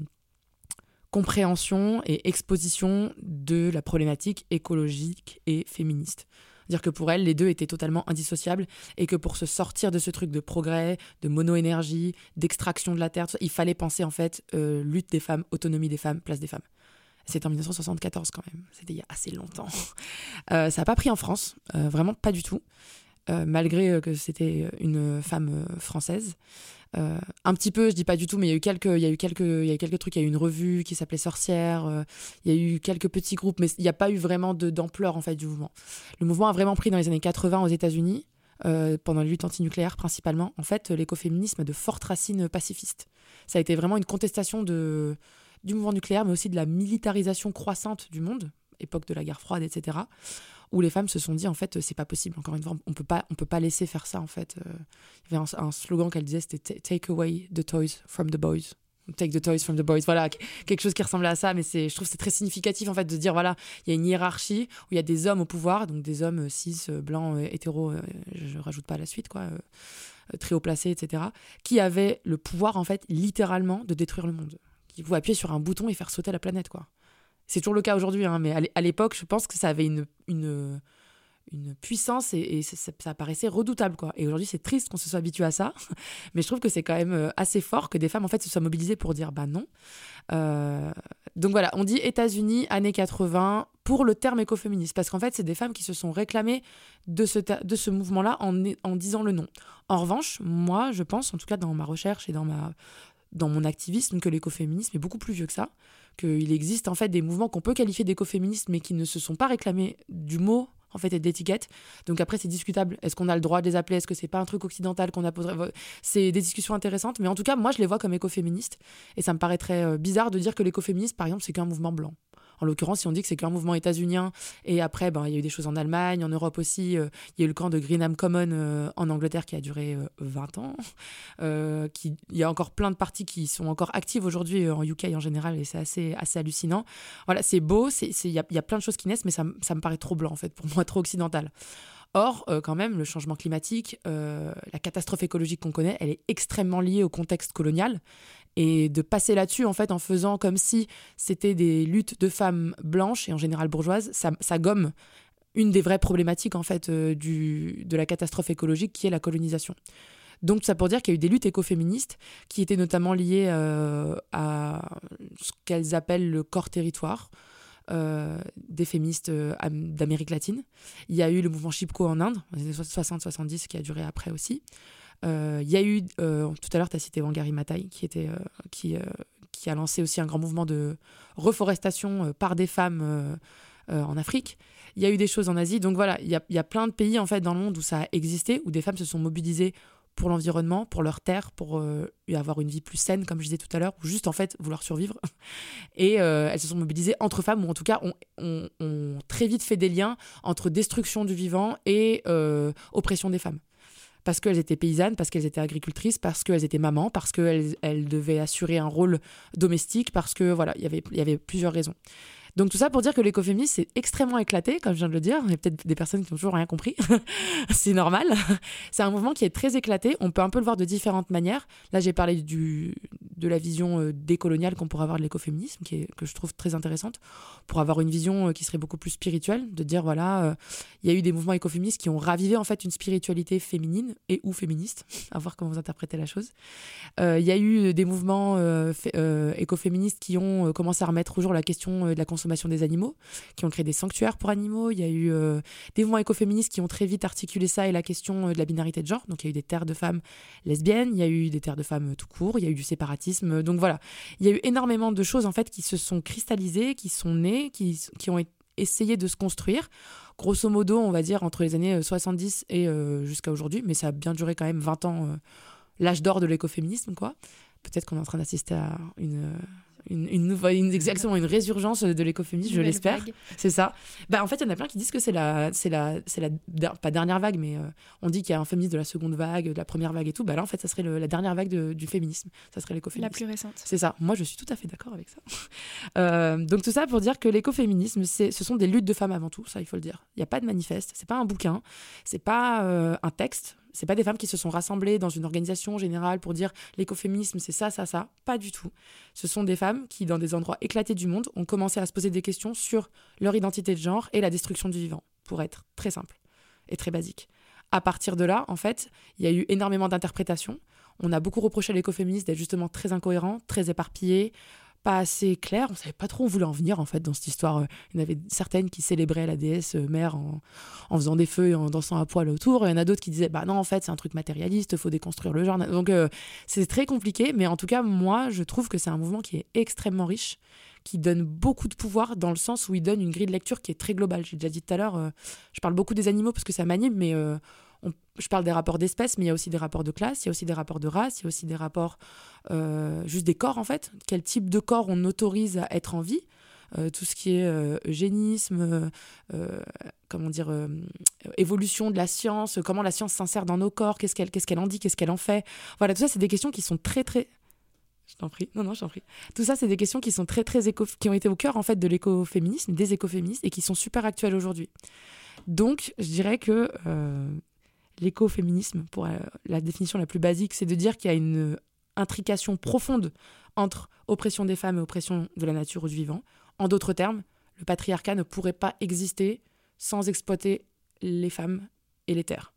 compréhension et exposition de la problématique écologique et féministe. C'est-à-dire que pour elle, les deux étaient totalement indissociables et que pour se sortir de ce truc de progrès, de mono-énergie, d'extraction de la terre, il fallait penser en fait euh, lutte des femmes, autonomie des femmes, place des femmes. C'était en dix-neuf cent soixante-quatorze quand même, c'était il y a assez longtemps. Euh, ça n'a pas pris en France, euh, vraiment pas du tout, euh, malgré que c'était une femme française. Euh, un petit peu, je dis pas du tout, mais il y a eu quelques, il y a eu quelques, il y a eu quelques trucs. Il y a eu une revue qui s'appelait Sorcière. Euh, il y a eu quelques petits groupes, mais il n'y a pas eu vraiment de, d'ampleur en fait du mouvement. Le mouvement a vraiment pris dans les années quatre-vingts aux États-Unis, euh, pendant les luttes antinucléaires principalement. En fait, l'écoféminisme a de fortes racines pacifistes. Ça a été vraiment une contestation de, du mouvement nucléaire, mais aussi de la militarisation croissante du monde, époque de la guerre froide, et cetera. Où les femmes se sont dit en fait c'est pas possible, encore une fois on peut pas on peut pas laisser faire ça en fait. Euh, il y avait un, un slogan qu'elle disait, c'était take away the toys from the boys, take the toys from the boys, voilà, quelque chose qui ressemblait à ça, mais c'est, je trouve que c'est très significatif en fait de se dire voilà, il y a une hiérarchie où il y a des hommes au pouvoir, donc des hommes cis, blancs, hétéros, euh, je rajoute pas la suite quoi, euh, très haut placés, etc., qui avaient le pouvoir en fait littéralement de détruire le monde, qui pouvaient appuyer sur un bouton et faire sauter la planète quoi. C'est toujours le cas aujourd'hui, hein, mais à l'époque, je pense que ça avait une, une, une puissance et, et ça, ça paraissait redoutable, quoi. Et aujourd'hui, c'est triste qu'on se soit habitué à ça, mais je trouve que c'est quand même assez fort que des femmes en fait, se soient mobilisées pour dire bah non. Euh, donc voilà, on dit États-Unis, années quatre-vingts, pour le terme écoféministe, parce qu'en fait, c'est des femmes qui se sont réclamées de ce, ter- de ce mouvement-là en, en disant le non. En revanche, moi, je pense, en tout cas dans ma recherche et dans ma... dans mon activisme, que l'écoféminisme est beaucoup plus vieux que ça, qu'il existe en fait des mouvements qu'on peut qualifier d'écoféministes mais qui ne se sont pas réclamés du mot en fait et de l'étiquette. Donc après c'est discutable, est-ce qu'on a le droit de les appeler, est-ce que c'est pas un truc occidental qu'on a posé, c'est des discussions intéressantes, mais en tout cas moi je les vois comme écoféministes et ça me paraîtrait bizarre de dire que l'écoféminisme par exemple c'est qu'un mouvement blanc. En l'occurrence, si on dit que c'est qu'un mouvement états-unien, et après, ben, il y a eu des choses en Allemagne, en Europe aussi, euh, il y a eu le camp de Greenham Common euh, en Angleterre qui a duré euh, vingt ans. Euh, qui, il y a encore plein de partis qui sont encore actives aujourd'hui euh, en U K en général, et c'est assez, assez hallucinant. Voilà, c'est beau, il y a, y a plein de choses qui naissent, mais ça, ça me paraît trop blanc, en fait, pour moi, trop occidental. Or, euh, quand même, le changement climatique, euh, la catastrophe écologique qu'on connaît, elle est extrêmement liée au contexte colonial. Et de passer là-dessus, en fait, en faisant comme si c'était des luttes de femmes blanches, et en général bourgeoises, ça, ça gomme une des vraies problématiques, en fait, euh, du, de la catastrophe écologique, qui est la colonisation. Donc, ça pour dire qu'il y a eu des luttes écoféministes qui étaient notamment liées euh, à ce qu'elles appellent le corps territoire. euh, des féministes euh, d'Amérique latine. Il y a eu le mouvement Chipko en Inde, dans les années soixante soixante-dix, qui a duré après aussi. Euh, il y a eu, euh, tout à l'heure, tu as cité Wangari Maathai, qui, était, euh, qui, euh, qui a lancé aussi un grand mouvement de reforestation euh, par des femmes euh, euh, en Afrique. Il y a eu des choses en Asie. Donc voilà, il y a, il y a plein de pays en fait, dans le monde où ça a existé, où des femmes se sont mobilisées pour l'environnement, pour leur terre, pour euh, avoir une vie plus saine, comme je disais tout à l'heure, ou juste en fait vouloir survivre. Et euh, elles se sont mobilisées entre femmes, ou en tout cas ont, ont, ont très vite fait des liens entre destruction du vivant et euh, oppression des femmes. Parce qu'elles étaient paysannes, parce qu'elles étaient agricultrices, parce qu'elles étaient mamans, parce qu'elles elles devaient assurer un rôle domestique, parce que voilà, y avait, y avait plusieurs raisons. Donc tout ça pour dire que l'écoféminisme c'est extrêmement éclaté, comme je viens de le dire. Il y a peut-être des personnes qui n'ont toujours rien compris. C'est normal. C'est un mouvement qui est très éclaté. On peut un peu le voir de différentes manières. Là, j'ai parlé du, de la vision euh, décoloniale qu'on pourrait avoir de l'écoféminisme, qui est, que je trouve très intéressante, pour avoir une vision euh, qui serait beaucoup plus spirituelle, de dire, voilà, euh, il y a eu des mouvements écoféministes qui ont ravivé en fait une spiritualité féminine et ou féministe, à voir comment vous interprétez la chose. Euh, il y a eu des mouvements euh, f- euh, écoféministes qui ont euh, commencé à remettre au jour la question euh, de la consommation des animaux, qui ont créé des sanctuaires pour animaux. Il y a eu euh, des mouvements écoféministes qui ont très vite articulé ça et la question euh, de la binarité de genre. Donc il y a eu des terres de femmes lesbiennes, il y a eu des terres de femmes euh, tout court, il y a eu du séparatisme. Donc voilà, il y a eu énormément de choses en fait qui se sont cristallisées, qui sont nées, qui, qui ont essayé de se construire. Grosso modo, on va dire entre les années soixante-dix et euh, jusqu'à aujourd'hui, mais ça a bien duré quand même vingt ans, euh, l'âge d'or de l'écoféminisme, quoi. Peut-être qu'on est en train d'assister à une... Euh, Une, une, nouvelle, une, exactement, une résurgence de l'écoféminisme, je l'espère. Vague. C'est ça. Bah, en fait, il y en a plein qui disent que c'est la, c'est la, c'est la der, pas dernière vague, mais euh, on dit qu'il y a un féminisme de la seconde vague, de la première vague et tout. Bah là, en fait, ça serait le, la dernière vague de, du féminisme. Ça serait l'écoféminisme. La plus récente. C'est ça. Moi, je suis tout à fait d'accord avec ça. euh, donc, tout ça pour dire que l'écoféminisme, c'est, ce sont des luttes de femmes avant tout, ça, il faut le dire. Il n'y a pas de manifeste, c'est pas un bouquin, c'est pas euh, un texte. C'est pas des femmes qui se sont rassemblées dans une organisation générale pour dire l'écoféminisme c'est ça, ça, ça. Pas du tout. Ce sont des femmes qui, dans des endroits éclatés du monde, ont commencé à se poser des questions sur leur identité de genre et la destruction du vivant, pour être très simple et très basique. À partir de là, en fait, il y a eu énormément d'interprétations. On a beaucoup reproché à l'écoféminisme d'être justement très incohérent, très éparpillé, pas assez clair, on savait pas trop où on voulait en venir en fait dans cette histoire. Il y en avait certaines qui célébraient la déesse mère en, en faisant des feux et en dansant à poil autour, il y en a d'autres qui disaient bah non en fait c'est un truc matérialiste, faut déconstruire le genre. Donc euh, c'est très compliqué, mais en tout cas moi je trouve que c'est un mouvement qui est extrêmement riche, qui donne beaucoup de pouvoir dans le sens où il donne une grille de lecture qui est très globale. J'ai déjà dit tout à l'heure, euh, je parle beaucoup des animaux parce que ça m'anime, mais euh, On, je parle des rapports d'espèces, mais il y a aussi des rapports de classe, il y a aussi des rapports de race, il y a aussi des rapports euh, juste des corps en fait. Quel type de corps on autorise à être en vie, euh, tout ce qui est euh, eugénisme, euh, comment dire, euh, évolution de la science, comment la science s'insère dans nos corps, qu'est-ce qu'elle, qu'est-ce qu'elle en dit, qu'est-ce qu'elle en fait. Voilà, tout ça c'est des questions qui sont très très... Je t'en prie. Non, non, je t'en prie. Tout ça, c'est des questions qui sont très, très éco... qui ont été au cœur, en fait, de l'écoféminisme, des écoféministes, et qui sont super actuelles aujourd'hui. Donc, je dirais que euh, l'écoféminisme, pour euh, la définition la plus basique, c'est de dire qu'il y a une intrication profonde entre oppression des femmes et oppression de la nature ou du vivant. En d'autres termes, le patriarcat ne pourrait pas exister sans exploiter les femmes et les terres.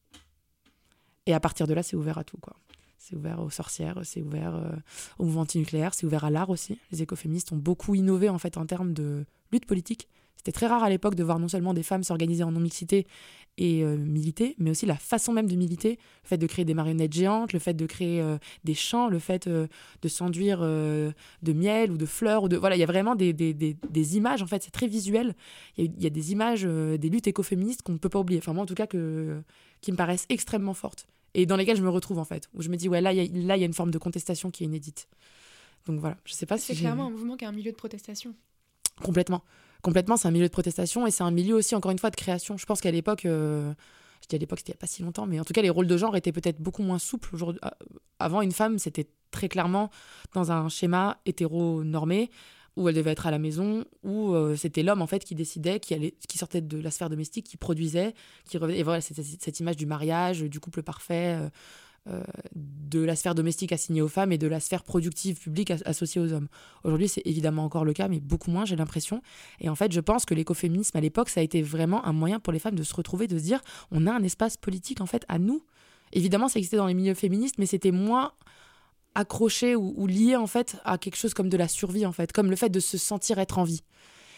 Et à partir de là, c'est ouvert à tout, quoi. C'est ouvert aux sorcières, c'est ouvert euh, au mouvement antinucléaire, c'est ouvert à l'art aussi. Les écoféministes ont beaucoup innové en fait en termes de lutte politique. C'était très rare à l'époque de voir non seulement des femmes s'organiser en non-mixité et euh, militer, mais aussi la façon même de militer, le fait de créer des marionnettes géantes, le fait de créer euh, des chants, le fait euh, de s'enduire euh, de miel ou de fleurs. Ou de... Voilà, il y a vraiment des, des, des, des images, en fait, c'est très visuel. Il y a, il y a des images, euh, des luttes écoféministes qu'on ne peut pas oublier. Enfin, moi, en tout cas, que, qui me paraissent extrêmement fortes. Et dans lesquelles je me retrouve, en fait. Où je me dis, ouais, là, il y, y a une forme de contestation qui est inédite. Donc voilà, je sais pas c'est si... C'est clairement un mouvement qui est un milieu de protestation. Complètement. Complètement, c'est un milieu de protestation et c'est un milieu aussi, encore une fois, de création. Je pense qu'à l'époque, euh, je dis à l'époque, c'était il n'y a pas si longtemps, mais en tout cas, les rôles de genre étaient peut-être beaucoup moins souples. Aujourd'hui, avant, une femme, c'était très clairement dans un schéma hétéro-normé, où elle devait être à la maison, où euh, c'était l'homme en fait qui décidait, qui, allait, qui sortait de la sphère domestique, qui produisait, qui revenait. Et voilà, c'était cette image du mariage, du couple parfait, euh, euh, de la sphère domestique assignée aux femmes et de la sphère productive publique as- associée aux hommes. Aujourd'hui, c'est évidemment encore le cas, mais beaucoup moins, j'ai l'impression. Et en fait, je pense que l'écoféminisme à l'époque, ça a été vraiment un moyen pour les femmes de se retrouver, de se dire, on a un espace politique en fait à nous. Évidemment, ça existait dans les milieux féministes, mais c'était moins accroché ou, ou lié en fait à quelque chose comme de la survie en fait, comme le fait de se sentir être en vie.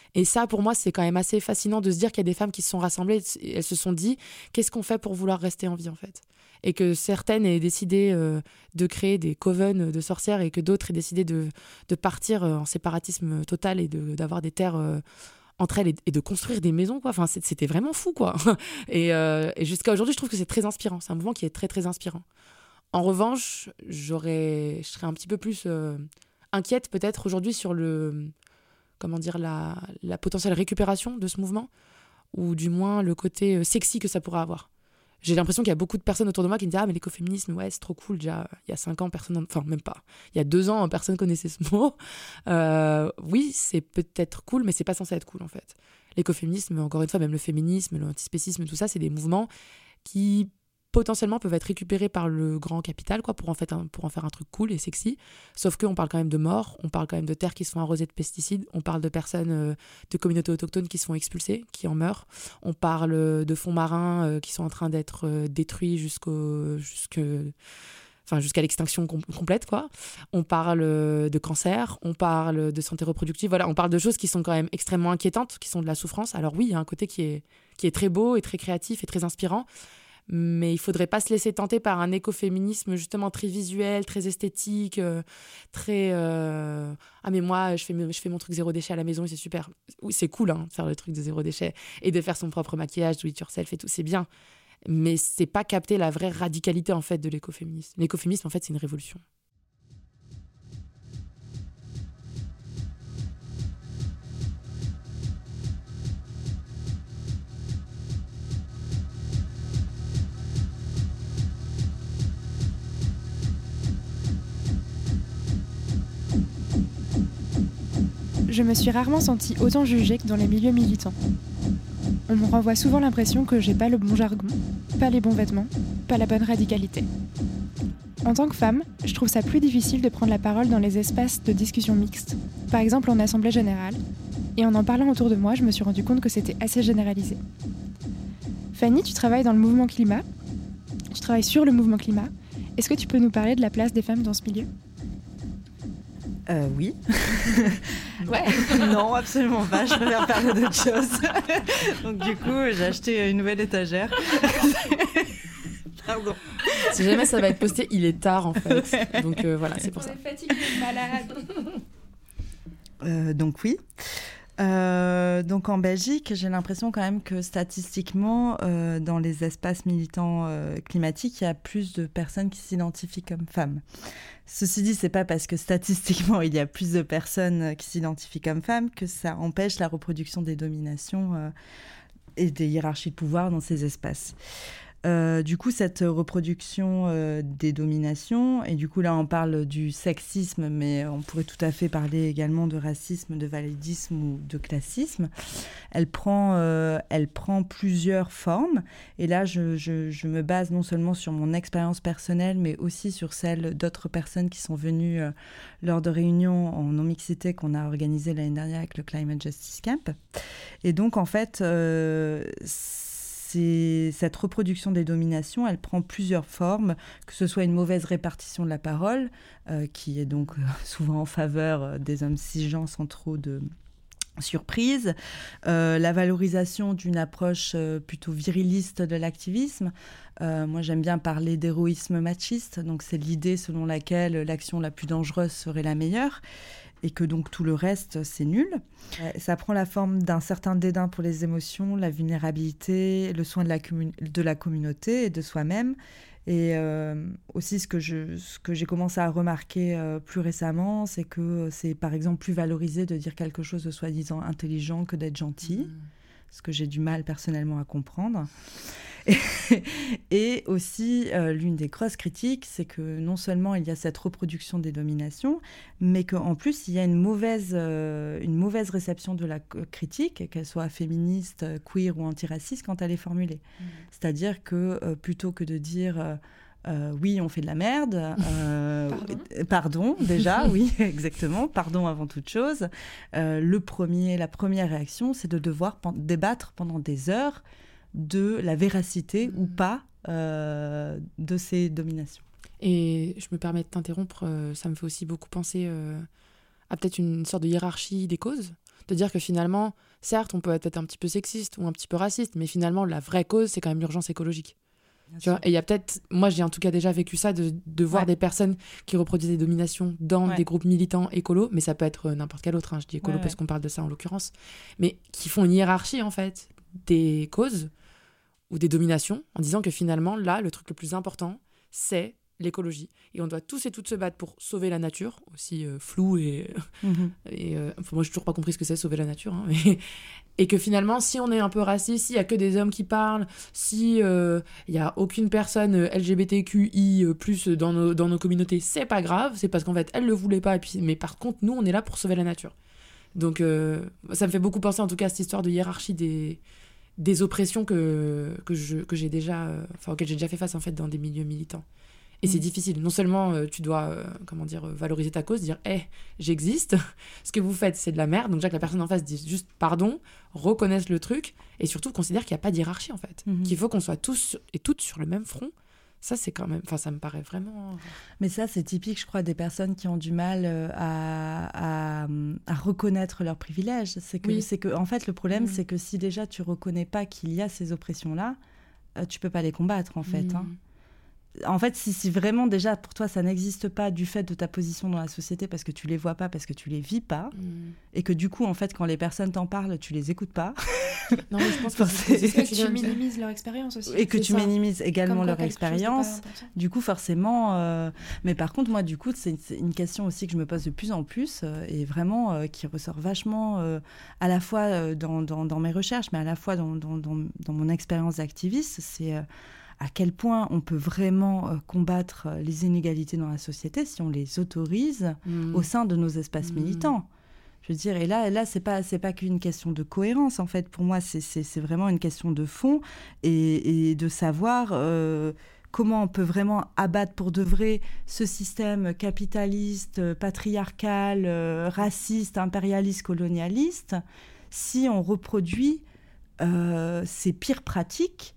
Et ça, pour moi, c'est quand même assez fascinant de se dire qu'il y a des femmes qui se sont rassemblées et elles se sont dit qu'est-ce qu'on fait pour vouloir rester en vie, en fait. Et que certaines aient décidé euh, de créer des covens de sorcières et que d'autres aient décidé de, de partir euh, en séparatisme total et de, d'avoir des terres euh, entre elles et, et de construire des maisons, quoi. Enfin, c'était vraiment fou, quoi. Et, euh, et jusqu'à aujourd'hui, je trouve que c'est très inspirant. C'est un mouvement qui est très, très inspirant. En revanche, j'aurais, je serais un petit peu plus euh, inquiète peut-être aujourd'hui sur le, comment dire, la, la potentielle récupération de ce mouvement, ou du moins le côté euh, sexy que ça pourrait avoir. J'ai l'impression qu'il y a beaucoup de personnes autour de moi qui me disent « Ah, mais l'écoféminisme, ouais, c'est trop cool. » Déjà, il y a cinq ans, personne... Enfin, même pas. Il y a deux ans, personne connaissait ce mot. Euh, oui, c'est peut-être cool, mais c'est pas censé être cool, en fait. L'écoféminisme, encore une fois, même le féminisme, l'antispécisme, tout ça, c'est des mouvements qui potentiellement peuvent être récupérés par le grand capital, quoi, pour en, fait un, pour en faire un truc cool et sexy. Sauf qu'on parle quand même de morts, on parle quand même de terres qui se font arroser de pesticides, on parle de personnes, euh, de communautés autochtones qui se font expulser, qui en meurent. On parle euh, de fonds marins euh, qui sont en train d'être euh, détruits jusqu'au, jusque, enfin, jusqu'à l'extinction com- complète, quoi. On parle euh, de cancer, on parle de santé reproductive. Voilà, on parle de choses qui sont quand même extrêmement inquiétantes, qui sont de la souffrance. Alors oui, il y a un côté qui est, qui est très beau et très créatif et très inspirant. Mais il ne faudrait pas se laisser tenter par un écoféminisme justement très visuel, très esthétique, euh, très... Euh... Ah mais moi, je fais, je fais mon truc zéro déchet à la maison et c'est super. Oui, c'est cool hein, de faire le truc de zéro déchet et de faire son propre maquillage, do it yourself et tout, c'est bien. Mais ce n'est pas capter la vraie radicalité en fait de l'écoféminisme. L'écoféminisme, en fait, c'est une révolution. Je me suis rarement sentie autant jugée que dans les milieux militants. On me renvoie souvent l'impression que j'ai pas le bon jargon, pas les bons vêtements, pas la bonne radicalité. En tant que femme, je trouve ça plus difficile de prendre la parole dans les espaces de discussion mixtes, par exemple en assemblée générale, et en en parlant autour de moi, je me suis rendu compte que c'était assez généralisé. Fanny, tu travailles dans le mouvement climat, tu travailles sur le mouvement climat. Est-ce que tu peux nous parler de la place des femmes dans ce milieu ? Euh, oui. Ouais. Non, absolument pas. Je préfère parler d'autre chose. Donc du coup, j'ai acheté une nouvelle étagère. Pardon. Si jamais ça va être posté, il est tard en fait. Donc euh, voilà, c'est pour ça. On est fatigués, malades. Euh, donc oui. Euh, donc en Belgique, j'ai l'impression quand même que statistiquement, euh, dans les espaces militants euh, climatiques, il y a plus de personnes qui s'identifient comme femmes. Ceci dit, c'est pas parce que statistiquement il y a plus de personnes qui s'identifient comme femmes que ça empêche la reproduction des dominations euh, et des hiérarchies de pouvoir dans ces espaces. Euh, du coup, cette reproduction euh, des dominations, et du coup là on parle du sexisme, mais on pourrait tout à fait parler également de racisme, de validisme ou de classisme, elle prend, euh, elle prend plusieurs formes. Et là, je, je, je me base non seulement sur mon expérience personnelle, mais aussi sur celle d'autres personnes qui sont venues euh, lors de réunions en non-mixité qu'on a organisées l'année dernière avec le Climate Justice Camp. Et donc, en fait, euh, c'est, cette reproduction des dominations, elle prend plusieurs formes, que ce soit une mauvaise répartition de la parole, euh, qui est donc euh, souvent en faveur des hommes cisgenres sans trop de surprise, euh, la valorisation d'une approche euh, plutôt viriliste de l'activisme. Euh, moi, j'aime bien parler d'héroïsme machiste, donc c'est l'idée selon laquelle l'action la plus dangereuse serait la meilleure et que donc tout le reste, c'est nul. Euh, ça prend la forme d'un certain dédain pour les émotions, la vulnérabilité, le soin de la, commun- de la communauté et de soi-même. Et euh, aussi, ce que, je, ce que j'ai commencé à remarquer euh, plus récemment, c'est que c'est par exemple plus valorisé de dire quelque chose de soi-disant intelligent que d'être gentil, mmh. ce que j'ai du mal personnellement à comprendre. Et, et aussi, euh, l'une des grosses critiques, c'est que non seulement il y a cette reproduction des dominations, mais qu'en plus, il y a une mauvaise, euh, une mauvaise réception de la critique, qu'elle soit féministe, queer ou antiraciste, quand elle est formulée. Mmh. C'est-à-dire que euh, plutôt que de dire... Euh, Euh, oui, on fait de la merde. Euh, pardon. Euh, pardon, déjà, oui, exactement. Pardon avant toute chose. Euh, le premier, la première réaction, c'est de devoir pen- débattre pendant des heures de la véracité mmh. ou pas euh, de ces dominations. Et je me permets de t'interrompre, euh, ça me fait aussi beaucoup penser euh, à peut-être une sorte de hiérarchie des causes. De dire que finalement, certes, on peut être peut-être un petit peu sexiste ou un petit peu raciste, mais finalement, la vraie cause, c'est quand même l'urgence écologique. Tu vois, et il y a peut-être, moi j'ai en tout cas déjà vécu ça, de, de voir Ouais. des personnes qui reproduisent des dominations dans Ouais. des groupes militants écolos, mais ça peut être euh, n'importe quel autre, hein, je dis écolo Ouais, parce ouais. qu'on parle de ça en l'occurrence, mais qui font une hiérarchie en fait des causes ou des dominations en disant que finalement là le truc le plus important c'est l'écologie et on doit tous et toutes se battre pour sauver la nature, aussi euh, flou et, Mhm. et euh, enfin, moi j'ai toujours pas compris ce que c'est sauver la nature, hein, mais... et que finalement si on est un peu raciste, s'il y a que des hommes qui parlent, si il euh, y a aucune personne euh, L G B T Q I euh, plus dans nos, dans nos communautés, c'est pas grave, c'est parce qu'en fait elles le voulaient pas et puis, mais par contre nous on est là pour sauver la nature. Donc euh, ça me fait beaucoup penser en tout cas à cette histoire de hiérarchie des, des oppressions que, que, je, que j'ai déjà, euh, enfin auxquelles j'ai déjà fait face en fait dans des milieux militants. Et Mm. c'est difficile. Non seulement euh, tu dois euh, comment dire, euh, valoriser ta cause, dire hey, j'existe, ce que vous faites c'est de la merde, donc déjà que la personne en face dise juste pardon, reconnaisse le truc, et surtout considère qu'il n'y a pas de hiérarchie en fait, Mhm. qu'il faut qu'on soit tous et toutes sur le même front. Ça c'est quand même, enfin ça me paraît vraiment... Mais ça, c'est typique, je crois, des personnes qui ont du mal euh, à, à, à reconnaître leurs privilèges. C'est que, Oui. c'est que, en fait, le problème, Mm. c'est que si déjà tu reconnais pas qu'il y a ces oppressions-là, euh, tu peux pas les combattre, en fait. Mm. hein. En fait, si, si vraiment déjà pour toi ça n'existe pas du fait de ta position dans la société, parce que tu les vois pas, parce que tu les vis pas, Mm. et que du coup, en fait, quand les personnes t'en parlent, tu les écoutes pas, Non mais je pense que Enfin, c'est, c'est ce que Et tu que viens tu de dire. minimises leur expérience aussi. et que C'est tu ça. minimises également Comme quoi leur quelque chose n'est pas expérience. important. Du coup, forcément, euh, mais par contre, moi, du coup, c'est c'est une question aussi que je me pose de plus en plus euh, et vraiment euh, qui ressort vachement euh, à la fois euh, dans, dans, dans mes recherches, mais à la fois dans, dans, dans, dans mon expérience d'activiste. C'est euh, à quel point on peut vraiment euh, combattre euh, les inégalités dans la société si on les autorise Mm. au sein de nos espaces Mm. militants. Je veux dire, et là, là c'est pas, c'est pas qu'une question de cohérence, en fait. Pour moi, c'est, c'est, c'est vraiment une question de fond et, et de savoir euh, comment on peut vraiment abattre pour de vrai ce système capitaliste, euh, patriarcal, euh, raciste, impérialiste, colonialiste, si on reproduit euh, ces pires pratiques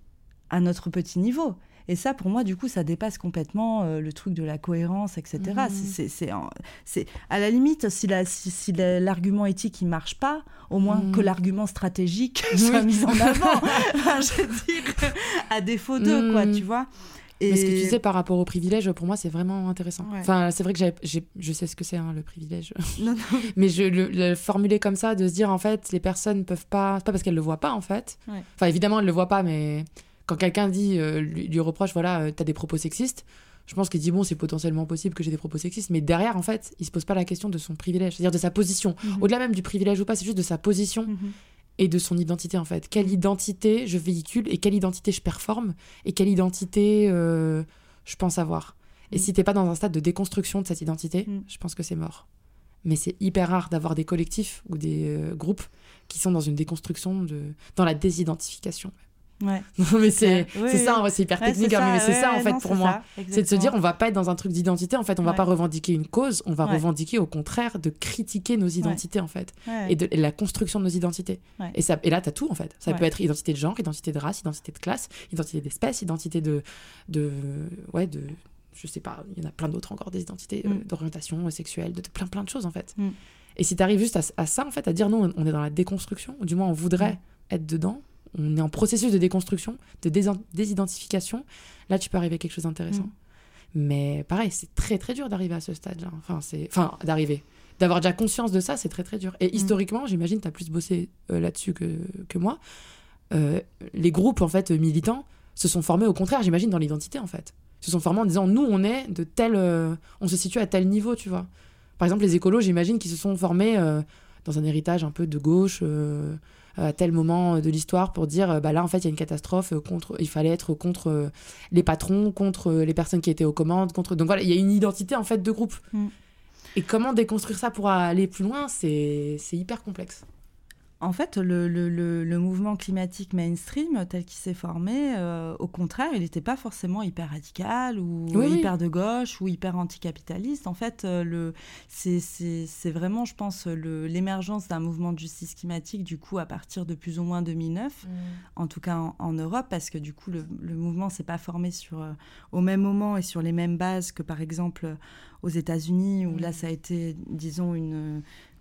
à notre petit niveau. Et ça, pour moi, du coup, ça dépasse complètement euh, le truc de la cohérence, et cetera. Mhm. C'est, c'est, c'est, en- c'est- à la limite, si, la, si, si la- l'argument éthique, il marche pas, au moins Mhm. que l'argument stratégique Oui. soit mis en avant. Enfin, je veux dire, à défaut d'eux, quoi, Mhm. tu vois. Et... Mais ce que tu disais par rapport au privilège, pour moi, c'est vraiment intéressant. Ouais. Enfin, c'est vrai que j'avais, j'ai, je sais ce que c'est, hein, le privilège. Non, non, Mais je le, le formuler comme ça, de se dire, en fait, les personnes peuvent pas... C'est pas parce qu'elles le voient pas, en fait. Ouais. Enfin, évidemment, elles le voient pas, mais quand quelqu'un dit, euh, lui, lui reproche, voilà, euh, t'as des propos sexistes, je pense qu'il dit, bon, c'est potentiellement possible que j'ai des propos sexistes, mais derrière, en fait, il se pose pas la question de son privilège, c'est-à-dire de sa position. Mhm. Au-delà même du privilège ou pas, c'est juste de sa position Mhm. et de son identité, en fait. Quelle identité je véhicule et quelle identité je performe et quelle identité euh, je pense avoir. Et Mm. si t'es pas dans un stade de déconstruction de cette identité, Mm. je pense que c'est mort. Mais c'est hyper rare d'avoir des collectifs ou des euh, groupes qui sont dans une déconstruction, de... dans la désidentification. Ouais. Non, mais c'est, clair. Oui, c'est oui. ça, en vrai, c'est hyper Ouais, technique, c'est hein, ça, mais c'est ouais, ça, en ouais, fait, non, pour c'est moi. ça, C'est de se dire, exactement. on va pas être dans un truc d'identité, en fait, on va Ouais. pas revendiquer une cause, on va Ouais. revendiquer au contraire de critiquer nos identités, en fait, Ouais. et de et la construction de nos identités. Ouais. Et, ça, et là, t'as tout, en fait. Ça Ouais. peut être identité de genre, identité de race, identité de classe, identité d'espèce, identité de, de, ouais, de, je sais pas, il y en a plein d'autres encore, des identités euh, Mm. d'orientation euh, sexuelle, de, de plein, plein de choses, en fait. Mm. Et si t'arrives juste à, à ça, en fait, à dire non, on est dans la déconstruction, ou du moins on voudrait Mm. être dedans, on est en processus de déconstruction, de désin- désidentification, là tu peux arriver à quelque chose d'intéressant. Mm. Mais pareil, c'est très très dur d'arriver à ce stade-là. Enfin, c'est... enfin d'arriver. D'avoir déjà conscience de ça, c'est très très dur. Et Mm. historiquement, j'imagine, tu as plus bossé euh, là-dessus que, que moi. Euh, les groupes en fait militants se sont formés au contraire, j'imagine, dans l'identité en fait. Ils se sont formés en disant nous, on est de tel. Euh, on se situe à tel niveau, tu vois. Par exemple, les écolos, j'imagine qu'ils se sont formés euh, dans un héritage un peu de gauche. Euh, à tel moment de l'histoire pour dire euh, bah là en fait il y a une catastrophe euh, contre il fallait être contre euh, les patrons, contre euh, les personnes qui étaient aux commandes, contre donc voilà il y a une identité en fait de groupe. Mm. Et comment déconstruire ça pour aller plus loin, c'est c'est hyper complexe. En fait, le, le, le, le mouvement climatique mainstream, tel qu'il s'est formé, euh, au contraire, il n'était pas forcément hyper radical ou Oui, oui. hyper de gauche ou hyper anticapitaliste. En fait, euh, le, c'est, c'est, c'est vraiment, je pense, le, l'émergence d'un mouvement de justice climatique, du coup, à partir de plus ou moins deux mille neuf, en tout cas en, en Europe, parce que du coup, le, le mouvement ne s'est pas formé sur, euh, au même moment et sur les mêmes bases que, par exemple, aux États-Unis, où Mm. là, ça a été, disons, une...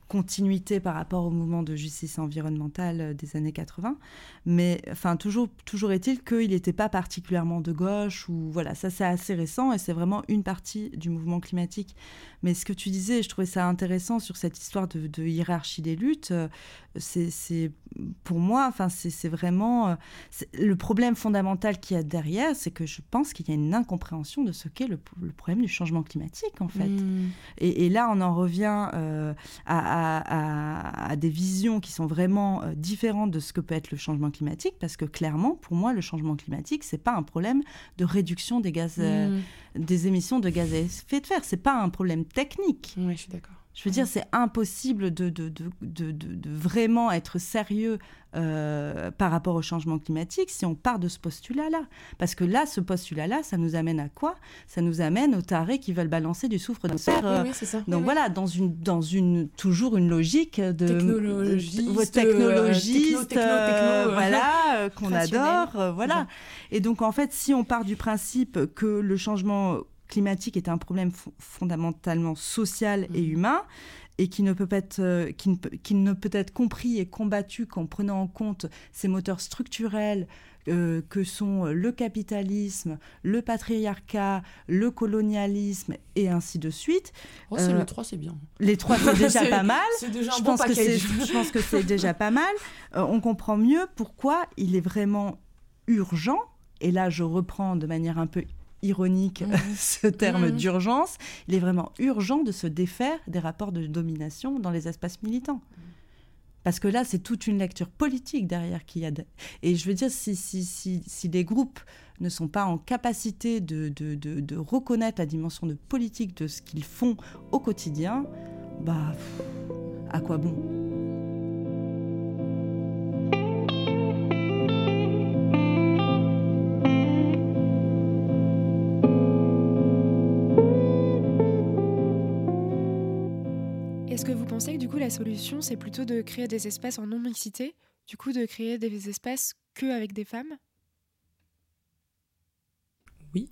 continuité par rapport au mouvement de justice environnementale des années quatre-vingts. Mais enfin, toujours, toujours est-il qu'il n'était pas particulièrement de gauche. Ou, voilà, ça, c'est assez récent et c'est vraiment une partie du mouvement climatique. Mais ce que tu disais, je trouvais ça intéressant sur cette histoire de, de hiérarchie des luttes. C'est, c'est, pour moi, enfin, c'est, c'est vraiment... C'est, le problème fondamental qu'il y a derrière, c'est que je pense qu'il y a une incompréhension de ce qu'est le, le problème du changement climatique, en fait. Mmh. Et, et là, on en revient euh, à, à, à, à des visions qui sont vraiment euh, différentes de ce que peut être le changement climatique, parce que clairement, pour moi, le changement climatique, c'est pas un problème de réduction des gaz, euh, mmh. des émissions de gaz à effet de serre. C'est pas un problème technique. Oui, je suis d'accord. Je veux dire, c'est impossible de, de, de, de, de, de vraiment être sérieux euh, par rapport au changement climatique si on part de ce postulat-là. Parce que là, ce postulat-là, ça nous amène à quoi ? Ça nous amène aux tarés qui veulent balancer du soufre dans le serre. Oui, oui, c'est ça. Donc oui, voilà, oui. dans, une, dans une, toujours une logique de... Technologiste. Technologiste, euh, techno, techno, techno, euh, voilà, euh, qu'on adore. Euh, voilà. Et donc, en fait, si on part du principe que le changement climatique est un problème f- fondamentalement social et mmh. humain, et qui ne, peut être, euh, qui, ne peut, qui ne peut être compris et combattu qu'en prenant en compte ces moteurs structurels euh, que sont le capitalisme, le patriarcat, le colonialisme, et ainsi de suite. Oh, c'est euh, les trois, c'est bien. Les trois, c'est déjà c'est, pas mal. C'est déjà un je bon pense que c'est, package. je pense que c'est déjà pas mal. Euh, on comprend mieux pourquoi il est vraiment urgent, et là je reprends de manière un peu ironique mmh. ce terme mmh. d'urgence, il est vraiment urgent de se défaire des rapports de domination dans les espaces militants. Parce que là, c'est toute une lecture politique derrière qu'il y a. De... Et je veux dire, si, si, si, si les groupes ne sont pas en capacité de, de, de, de reconnaître la dimension de politique de ce qu'ils font au quotidien, bah, pff, à quoi bon ? Est-ce que vous pensez que du coup la solution c'est plutôt de créer des espaces en non-mixité, du coup de créer des espaces que avec des femmes ? Oui.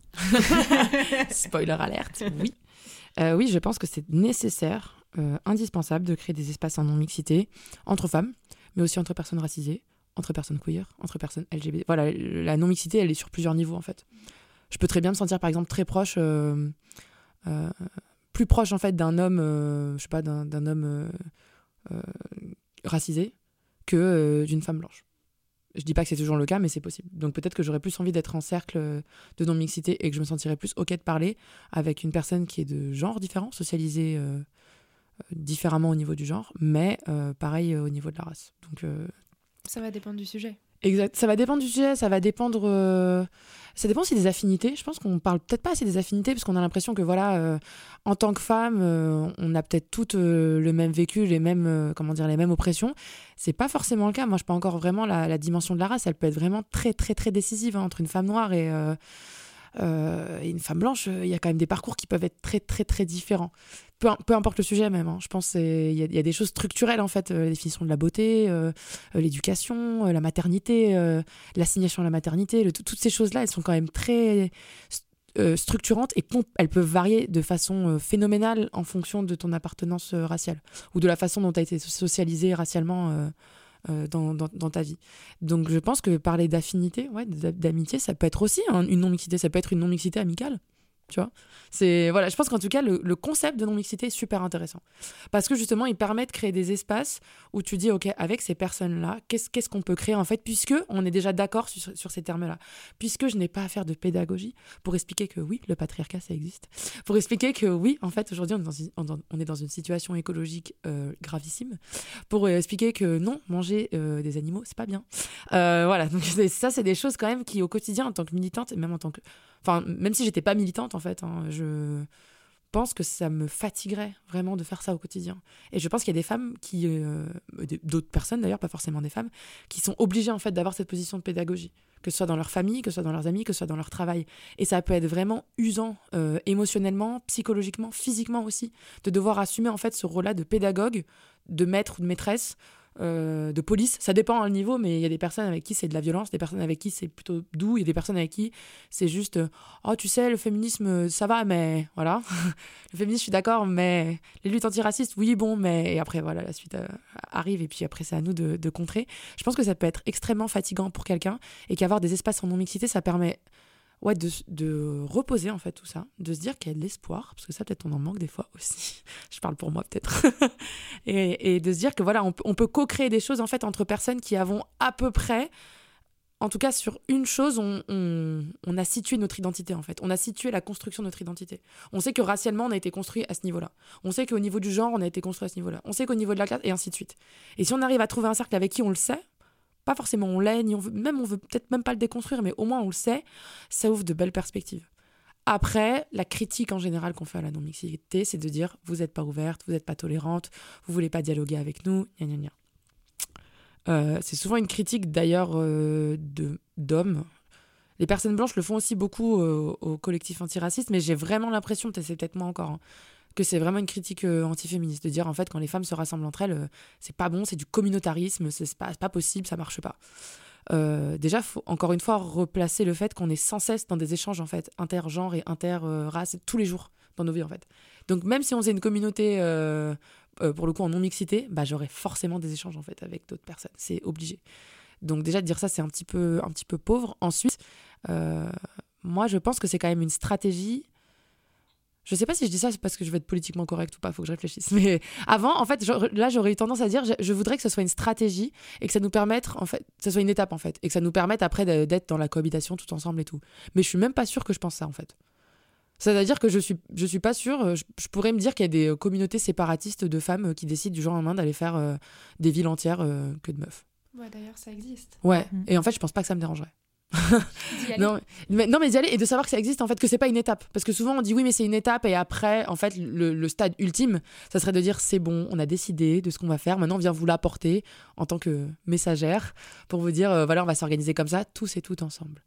Spoiler alerte, oui. Euh, oui, je pense que c'est nécessaire, euh, indispensable de créer des espaces en non-mixité entre femmes, mais aussi entre personnes racisées, entre personnes queer, entre personnes L G B T. Voilà, la non-mixité, elle est sur plusieurs niveaux en fait. Je peux très bien me sentir par exemple très proche... Euh, euh, plus proche en fait d'un homme, euh, je sais pas, d'un, d'un homme euh, euh, racisé que euh, d'une femme blanche. Je dis pas que c'est toujours le cas, mais c'est possible. Donc peut-être que j'aurais plus envie d'être en cercle de non-mixité et que je me sentirais plus ok de parler avec une personne qui est de genre différent, socialisée euh, différemment au niveau du genre, mais euh, pareil euh, au niveau de la race. Donc euh... ça va dépendre du sujet. Exact. Ça va dépendre du sujet, ça va dépendre. Euh... Ça dépend aussi des affinités. Je pense qu'on parle peut-être pas assez des affinités parce qu'on a l'impression que voilà, euh, en tant que femme, euh, on a peut-être toutes euh, le même vécu, les mêmes, euh, comment dire, les mêmes oppressions. C'est pas forcément le cas. Moi, je pense encore vraiment la, la dimension de la race. Elle peut être vraiment très, très, très décisive hein, entre une femme noire et, euh, euh, et une femme blanche. Il y a quand même des parcours qui peuvent être très, très, très différents. Peu, peu importe le sujet même, hein. Je pense qu'il y, y a des choses structurelles en fait, euh, la définition de la beauté, euh, euh, l'éducation, euh, la maternité, euh, l'assignation à la maternité, le, toutes ces choses-là, elles sont quand même très euh, structurantes et comp- elles peuvent varier de façon euh, phénoménale en fonction de ton appartenance euh, raciale ou de la façon dont tu as été socialisé racialement euh, euh, dans, dans, dans ta vie. Donc je pense que parler d'affinité, ouais, d'amitié, ça peut être aussi hein, une non-mixité, ça peut être une non-mixité amicale. Tu vois, c'est voilà, je pense qu'en tout cas le, le concept de non-mixité est super intéressant parce que justement il permet de créer des espaces où tu dis ok, avec ces personnes-là, qu'est-ce, qu'est-ce qu'on peut créer en fait, puisque on est déjà d'accord sur, sur ces termes-là, puisque je n'ai pas à faire de pédagogie pour expliquer que oui, le patriarcat ça existe, pour expliquer que oui, en fait aujourd'hui on est dans une, on est dans une situation écologique euh, gravissime, pour expliquer que non, manger euh, des animaux c'est pas bien. Euh, voilà, donc c'est, ça c'est des choses quand même qui au quotidien en tant que militante et même en tant que Enfin, même si j'étais pas militante, en fait, hein, je pense que ça me fatiguerait vraiment de faire ça au quotidien. Et je pense qu'il y a des femmes qui, euh, d'autres personnes d'ailleurs, pas forcément des femmes, qui sont obligées en fait d'avoir cette position de pédagogie, que ce soit dans leur famille, que ce soit dans leurs amis, que ce soit dans leur travail. Et ça peut être vraiment usant, euh, émotionnellement, psychologiquement, physiquement aussi, de devoir assumer en fait ce rôle-là de pédagogue, de maître ou de maîtresse, euh, de police. Ça dépend le niveau, mais il y a des personnes avec qui c'est de la violence, des personnes avec qui c'est plutôt doux, il y a des personnes avec qui c'est juste euh, oh tu sais le féminisme ça va mais voilà le féminisme je suis d'accord mais les luttes antiracistes oui bon mais et après voilà la suite euh, arrive et puis après c'est à nous de, de contrer. Je pense que ça peut être extrêmement fatigant pour quelqu'un et qu'avoir des espaces en non-mixité ça permet ouais, de, de reposer en fait tout ça, de se dire qu'il y a de l'espoir, parce que ça peut-être on en manque des fois aussi, je parle pour moi peut-être, et, et de se dire que voilà, on, on peut co-créer des choses en fait entre personnes qui avons à peu près, en tout cas sur une chose, on, on, on a situé notre identité en fait, on a situé la construction de notre identité. On sait que racialement on a été construit à ce niveau-là, on sait qu'au niveau du genre on a été construit à ce niveau-là, on sait qu'au niveau de la classe, et ainsi de suite. Et si on arrive à trouver un cercle avec qui on le sait, pas forcément on l'est, ni on veut, même on veut peut-être même pas le déconstruire, mais au moins on le sait, ça ouvre de belles perspectives. Après, la critique en général qu'on fait à la non-mixité, c'est de dire vous n'êtes pas ouverte, vous n'êtes pas tolérante, vous voulez pas dialoguer avec nous, gna gna gna. Euh, c'est souvent une critique d'ailleurs euh, de, d'hommes. Les personnes blanches le font aussi beaucoup euh, au collectif antiraciste, mais j'ai vraiment l'impression, c'est peut-être moi encore, hein, que c'est vraiment une critique euh, antiféministe, de dire en fait quand les femmes se rassemblent entre elles, euh, c'est pas bon, c'est du communautarisme, c'est, c'est, pas, c'est pas possible, ça marche pas. Euh, déjà, faut encore une fois replacer le fait qu'on est sans cesse dans des échanges en fait, intergenres et interraces euh, tous les jours dans nos vies en fait. Donc même si on faisait une communauté euh, euh, pour le coup en non-mixité, bah, j'aurais forcément des échanges en fait avec d'autres personnes, c'est obligé. Donc déjà de dire ça c'est un petit peu, un petit peu pauvre. Ensuite, euh, moi je pense que c'est quand même une stratégie. Je sais pas si je dis ça c'est parce que je veux être politiquement correcte ou pas, faut que je réfléchisse. Mais avant, en fait, là, j'aurais eu tendance à dire, je, je voudrais que ce soit une stratégie et que ça nous permette, en fait, que ça soit une étape, en fait, et que ça nous permette après d'être dans la cohabitation tout ensemble et tout. Mais je suis même pas sûre que je pense ça, en fait. C'est-à-dire que je suis, je suis pas sûre, je, je pourrais me dire qu'il y a des communautés séparatistes de femmes qui décident du jour au lendemain d'aller faire euh, des villes entières euh, que de meufs. Ouais, d'ailleurs, ça existe. Ouais, Mmh. et en fait, je pense pas que ça me dérangerait. D'y aller. non, mais, non mais d'y aller et de savoir que ça existe en fait, que c'est pas une étape, parce que souvent on dit oui mais c'est une étape et après en fait le, le stade ultime ça serait de dire c'est bon, on a décidé de ce qu'on va faire, maintenant on vient vous l'apporter en tant que messagère pour vous dire euh, voilà on va s'organiser comme ça tous et toutes ensemble.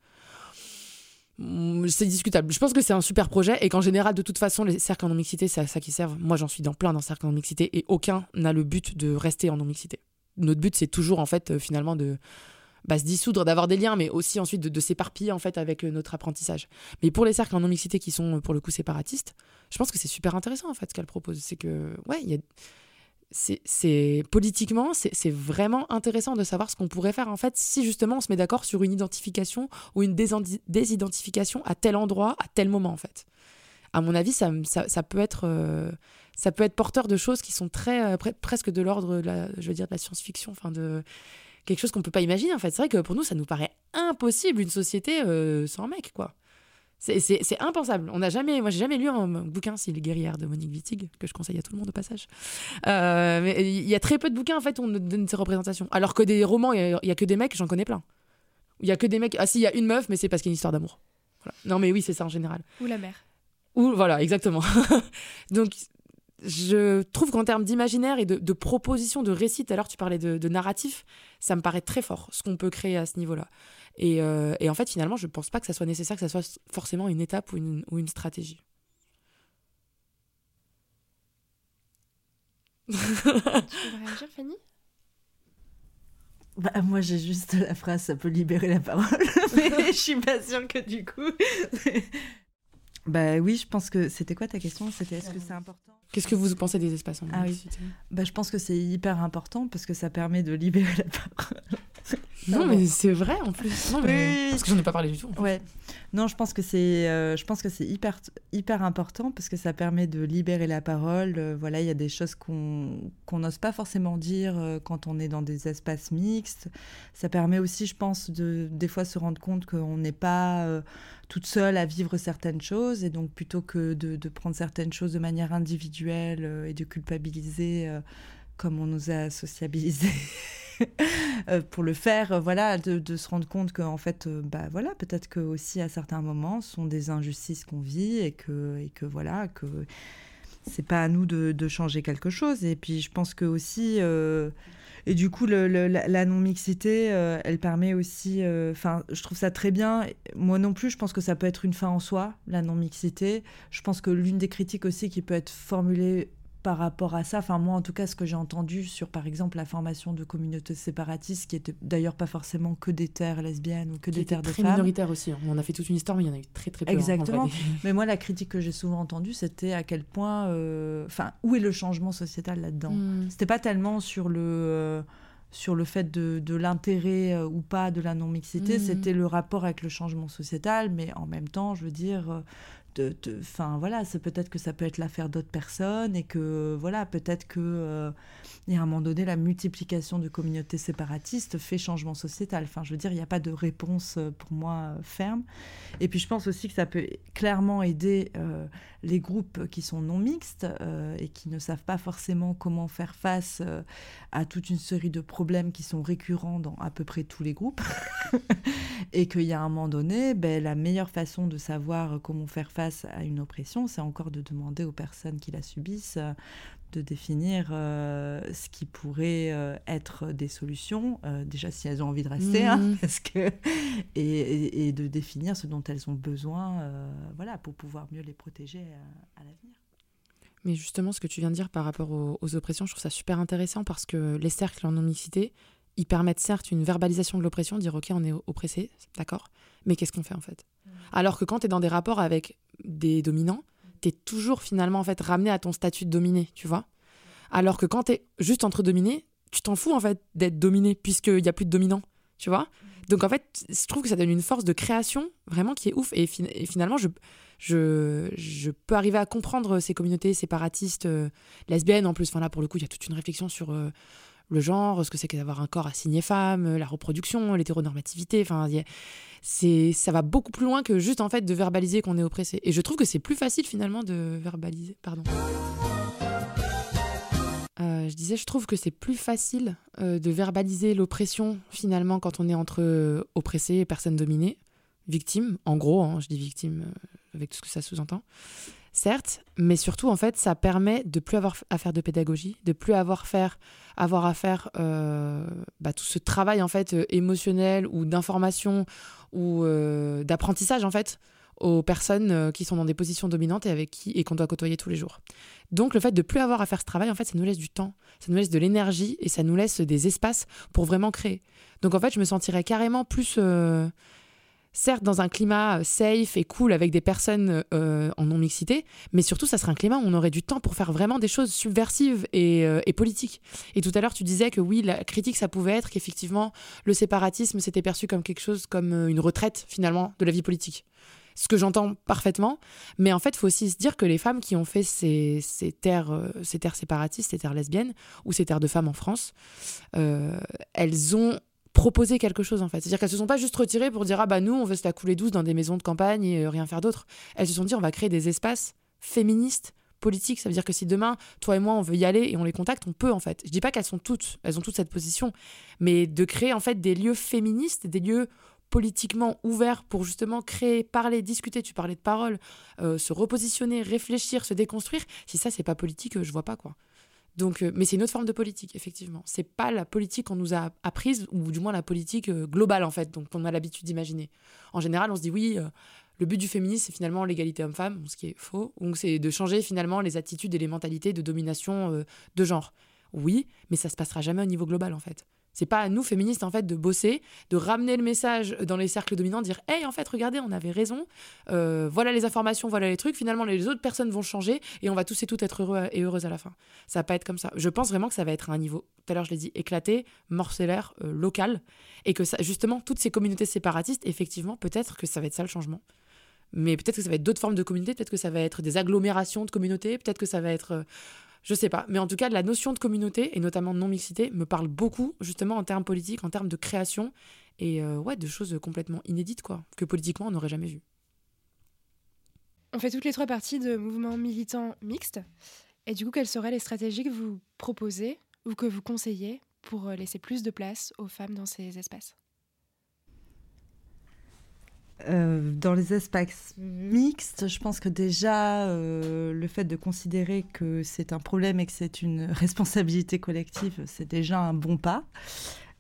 C'est discutable, je pense que c'est un super projet et qu'en général de toute façon les cercles en non-mixité c'est à ça qu'ils servent. Moi j'en suis dans plein dans cercles en non-mixité et aucun n'a le but de rester en non-mixité. Notre but c'est toujours en fait euh, finalement de Bah, se dissoudre, d'avoir des liens, mais aussi ensuite de, de s'éparpiller en fait avec euh, notre apprentissage. Mais pour les cercles en non-mixité qui sont euh, pour le coup séparatistes, je pense que c'est super intéressant en fait ce qu'elle propose. C'est que ouais, y a... c'est, c'est politiquement c'est, c'est vraiment intéressant de savoir ce qu'on pourrait faire en fait si justement on se met d'accord sur une identification ou une désendi- désidentification à tel endroit, à tel moment en fait. À mon avis, ça, ça, ça peut être euh, ça peut être porteur de choses qui sont très euh, pre- presque de l'ordre de la, je veux dire de la science-fiction, enfin de quelque chose qu'on peut pas imaginer en fait. C'est vrai que pour nous ça nous paraît impossible une société euh, sans mec quoi. C'est, c'est, c'est impensable. On n'a jamais, moi j'ai jamais lu un bouquin si les guerrières de Monique Wittig que je conseille à tout le monde au passage. Euh, mais il y a très peu de bouquins en fait où on nous donne ces représentations. Alors que des romans il y, y a que des mecs, j'en connais plein. Il y a que des mecs. Ah si il y a une meuf mais c'est parce qu'il y a une histoire d'amour. Voilà. Non mais oui c'est ça en général. Ou la mère. Ou voilà exactement. Donc je trouve qu'en termes d'imaginaire et de, de proposition de récit, tout à l'heure tu parlais de, de narratif, ça me paraît très fort ce qu'on peut créer à ce niveau-là. Et, euh, et en fait, finalement, je ne pense pas que ça soit nécessaire, que ça soit forcément une étape ou une, ou une stratégie. Tu veux réagir, Fanny ? Bah, moi, j'ai juste la phrase, ça peut libérer la parole, mais je suis pas sûre que du coup... Bah oui, je pense que... C'était quoi ta question ? C'était est-ce que c'est important ? Qu'est-ce que vous pensez des espaces en Ah oui. Bah, je pense que c'est hyper important parce que ça permet de libérer la parole. Non, mais c'est vrai en plus. Non, mais... Oui. Parce que j'en ai pas parlé du tout. Ouais. Non, je pense que c'est, euh, je pense que c'est hyper, hyper important parce que ça permet de libérer la parole. Euh, voilà, il y a des choses qu'on qu'on n'ose pas forcément dire euh, quand on est dans des espaces mixtes. Ça permet aussi, je pense, de des fois se rendre compte qu'on n'est pas euh, toute seule à vivre certaines choses et donc plutôt que de, de prendre certaines choses de manière individuelle euh, et de culpabiliser euh, comme on nous a sociabilisés. Euh, pour le faire, euh, voilà, de, de se rendre compte qu'en fait, euh, bah, voilà, peut-être que aussi à certains moments, ce sont des injustices qu'on vit et que, et que voilà, que c'est pas à nous de, de changer quelque chose. Et puis je pense que aussi, euh, et du coup, le, le, la, la non-mixité, euh, elle permet aussi, enfin, euh, je trouve ça très bien. Moi non plus, je pense que ça peut être une fin en soi, la non-mixité. Je pense que l'une des critiques aussi qui peut être formulée par rapport à ça, enfin moi en tout cas ce que j'ai entendu sur par exemple la formation de communautés séparatistes qui était d'ailleurs pas forcément que des terres lesbiennes ou que des terres de très femmes. minoritaire aussi, hein. On a fait toute une histoire mais il y en a eu très très peu. Exactement, hein, en vrai. mais moi la critique que j'ai souvent entendue c'était à quel point, enfin euh, où est le changement sociétal là-dedans. Mm. C'était pas tellement sur le... Euh, sur le fait de, de l'intérêt euh, ou pas de la non-mixité, Mmh. c'était le rapport avec le changement sociétal, mais en même temps, je veux dire, euh, de, de, enfin, voilà, c'est peut-être que ça peut être l'affaire d'autres personnes et que, voilà, peut-être que, euh, et à un moment donné, la multiplication de communautés séparatistes fait changement sociétal. Enfin, je veux dire, il n'y a pas de réponse, pour moi, ferme. Et puis, je pense aussi que ça peut clairement aider euh, les groupes qui sont non mixtes euh, et qui ne savent pas forcément comment faire face euh, à toute une série de problèmes qui sont récurrents dans à peu près tous les groupes. Et qu'il y a un moment donné, ben, la meilleure façon de savoir comment faire face à une oppression, c'est encore de demander aux personnes qui la subissent euh, de définir euh, ce qui pourrait euh, être des solutions, euh, déjà si elles ont envie de rester, mmh. hein, parce que, et, et, et de définir ce dont elles ont besoin euh, voilà, pour pouvoir mieux les protéger à, à l'avenir. Mais justement, ce que tu viens de dire par rapport aux, aux oppressions, je trouve ça super intéressant parce que les cercles en non-mixité, ils permettent certes une verbalisation de l'oppression, dire ok, on est oppressé, d'accord, mais qu'est-ce qu'on fait en fait ? mmh. Alors que quand tu es dans des rapports avec des dominants, tu es toujours finalement en fait ramené à ton statut de dominé, tu vois ? Alors que quand tu es juste entre dominés, tu t'en fous en fait d'être dominé puisqu'il n'y a plus de dominant, tu vois ? Donc en fait, je trouve que ça donne une force de création vraiment qui est ouf. Et, fin- et finalement, je, je, je peux arriver à comprendre ces communautés séparatistes euh, lesbiennes en plus. Enfin là, pour le coup, il y a toute une réflexion sur euh, le genre, ce que c'est que d'avoir un corps assigné femme, la reproduction, l'hétéronormativité. Enfin, y a, c'est, ça va beaucoup plus loin que juste en fait de verbaliser qu'on est oppressé. Et je trouve que c'est plus facile finalement de verbaliser. Pardon. Euh, je disais, je trouve que c'est plus facile euh, de verbaliser l'oppression finalement quand on est entre euh, oppressés et personnes dominées, victimes, en gros, hein, je dis victime euh, avec tout ce que ça sous-entend, certes, mais surtout en fait ça permet de plus avoir à faire de pédagogie, de plus avoir, faire, avoir à faire euh, bah, tout ce travail en fait euh, émotionnel ou d'information ou euh, d'apprentissage en fait aux personnes euh, qui sont dans des positions dominantes et avec qui et qu'on doit côtoyer tous les jours. Donc le fait de plus avoir à faire ce travail, en fait, ça nous laisse du temps, ça nous laisse de l'énergie et ça nous laisse des espaces pour vraiment créer. Donc en fait, je me sentirais carrément plus, euh, certes, dans un climat safe et cool avec des personnes euh, en non-mixité, mais surtout, ça serait un climat où on aurait du temps pour faire vraiment des choses subversives et, euh, et politiques. Et tout à l'heure, tu disais que oui, la critique, ça pouvait être qu'effectivement, le séparatisme s'était perçu comme quelque chose, comme une retraite, finalement, de la vie politique. Ce que j'entends parfaitement, mais en fait, il faut aussi se dire que les femmes qui ont fait ces, ces, terres, euh, ces terres séparatistes, ces terres lesbiennes, ou ces terres de femmes en France, euh, elles ont proposé quelque chose, en fait. C'est-à-dire qu'elles ne se sont pas juste retirées pour dire « Ah bah nous, on veut se la couler douce dans des maisons de campagne et euh, rien faire d'autre ». Elles se sont dit « On va créer des espaces féministes, politiques ». Ça veut dire que si demain, toi et moi, on veut y aller et on les contacte, on peut, en fait. Je dis pas qu'elles sont toutes, elles ont toutes cette position, mais de créer, en fait, des lieux féministes, des lieux politiquement ouvert pour justement créer, parler, discuter, tu parlais de parole, euh, se repositionner, réfléchir, se déconstruire. Si ça, c'est pas politique, euh, je vois pas quoi. Donc, euh, mais c'est une autre forme de politique, effectivement. C'est pas la politique qu'on nous a apprise, ou du moins la politique euh, globale, en fait, donc qu'on a l'habitude d'imaginer. En général, on se dit oui, euh, le but du féminisme, c'est finalement l'égalité homme-femme, ce qui est faux. Donc, c'est de changer finalement les attitudes et les mentalités de domination euh, de genre. Oui, mais ça se passera jamais au niveau global, en fait. C'est pas à nous, féministes, en fait, de bosser, de ramener le message dans les cercles dominants, de dire « Hey, en fait, regardez, on avait raison, euh, voilà les informations, voilà les trucs, finalement, les autres personnes vont changer et on va tous et toutes être heureux et heureuses à la fin. » Ça va pas être comme ça. Je pense vraiment que ça va être à un niveau, tout à l'heure je l'ai dit, éclaté, morcellaire, euh, local, et que ça, justement, toutes ces communautés séparatistes, effectivement, peut-être que ça va être ça le changement. Mais peut-être que ça va être d'autres formes de communautés, peut-être que ça va être des agglomérations de communautés, peut-être que ça va être... Euh, Je sais pas, mais en tout cas, la notion de communauté, et notamment de non-mixité, me parle beaucoup, justement, en termes politiques, en termes de création, et euh, ouais, de choses complètement inédites, quoi, que politiquement, on n'aurait jamais vues. On fait toutes les trois parties de mouvements militants mixtes, et du coup, quelles seraient les stratégies que vous proposez, ou que vous conseillez, pour laisser plus de place aux femmes dans ces espaces ? Euh, dans les espaces mixtes, je pense que déjà, euh, le fait de considérer que c'est un problème et que c'est une responsabilité collective, c'est déjà un bon pas.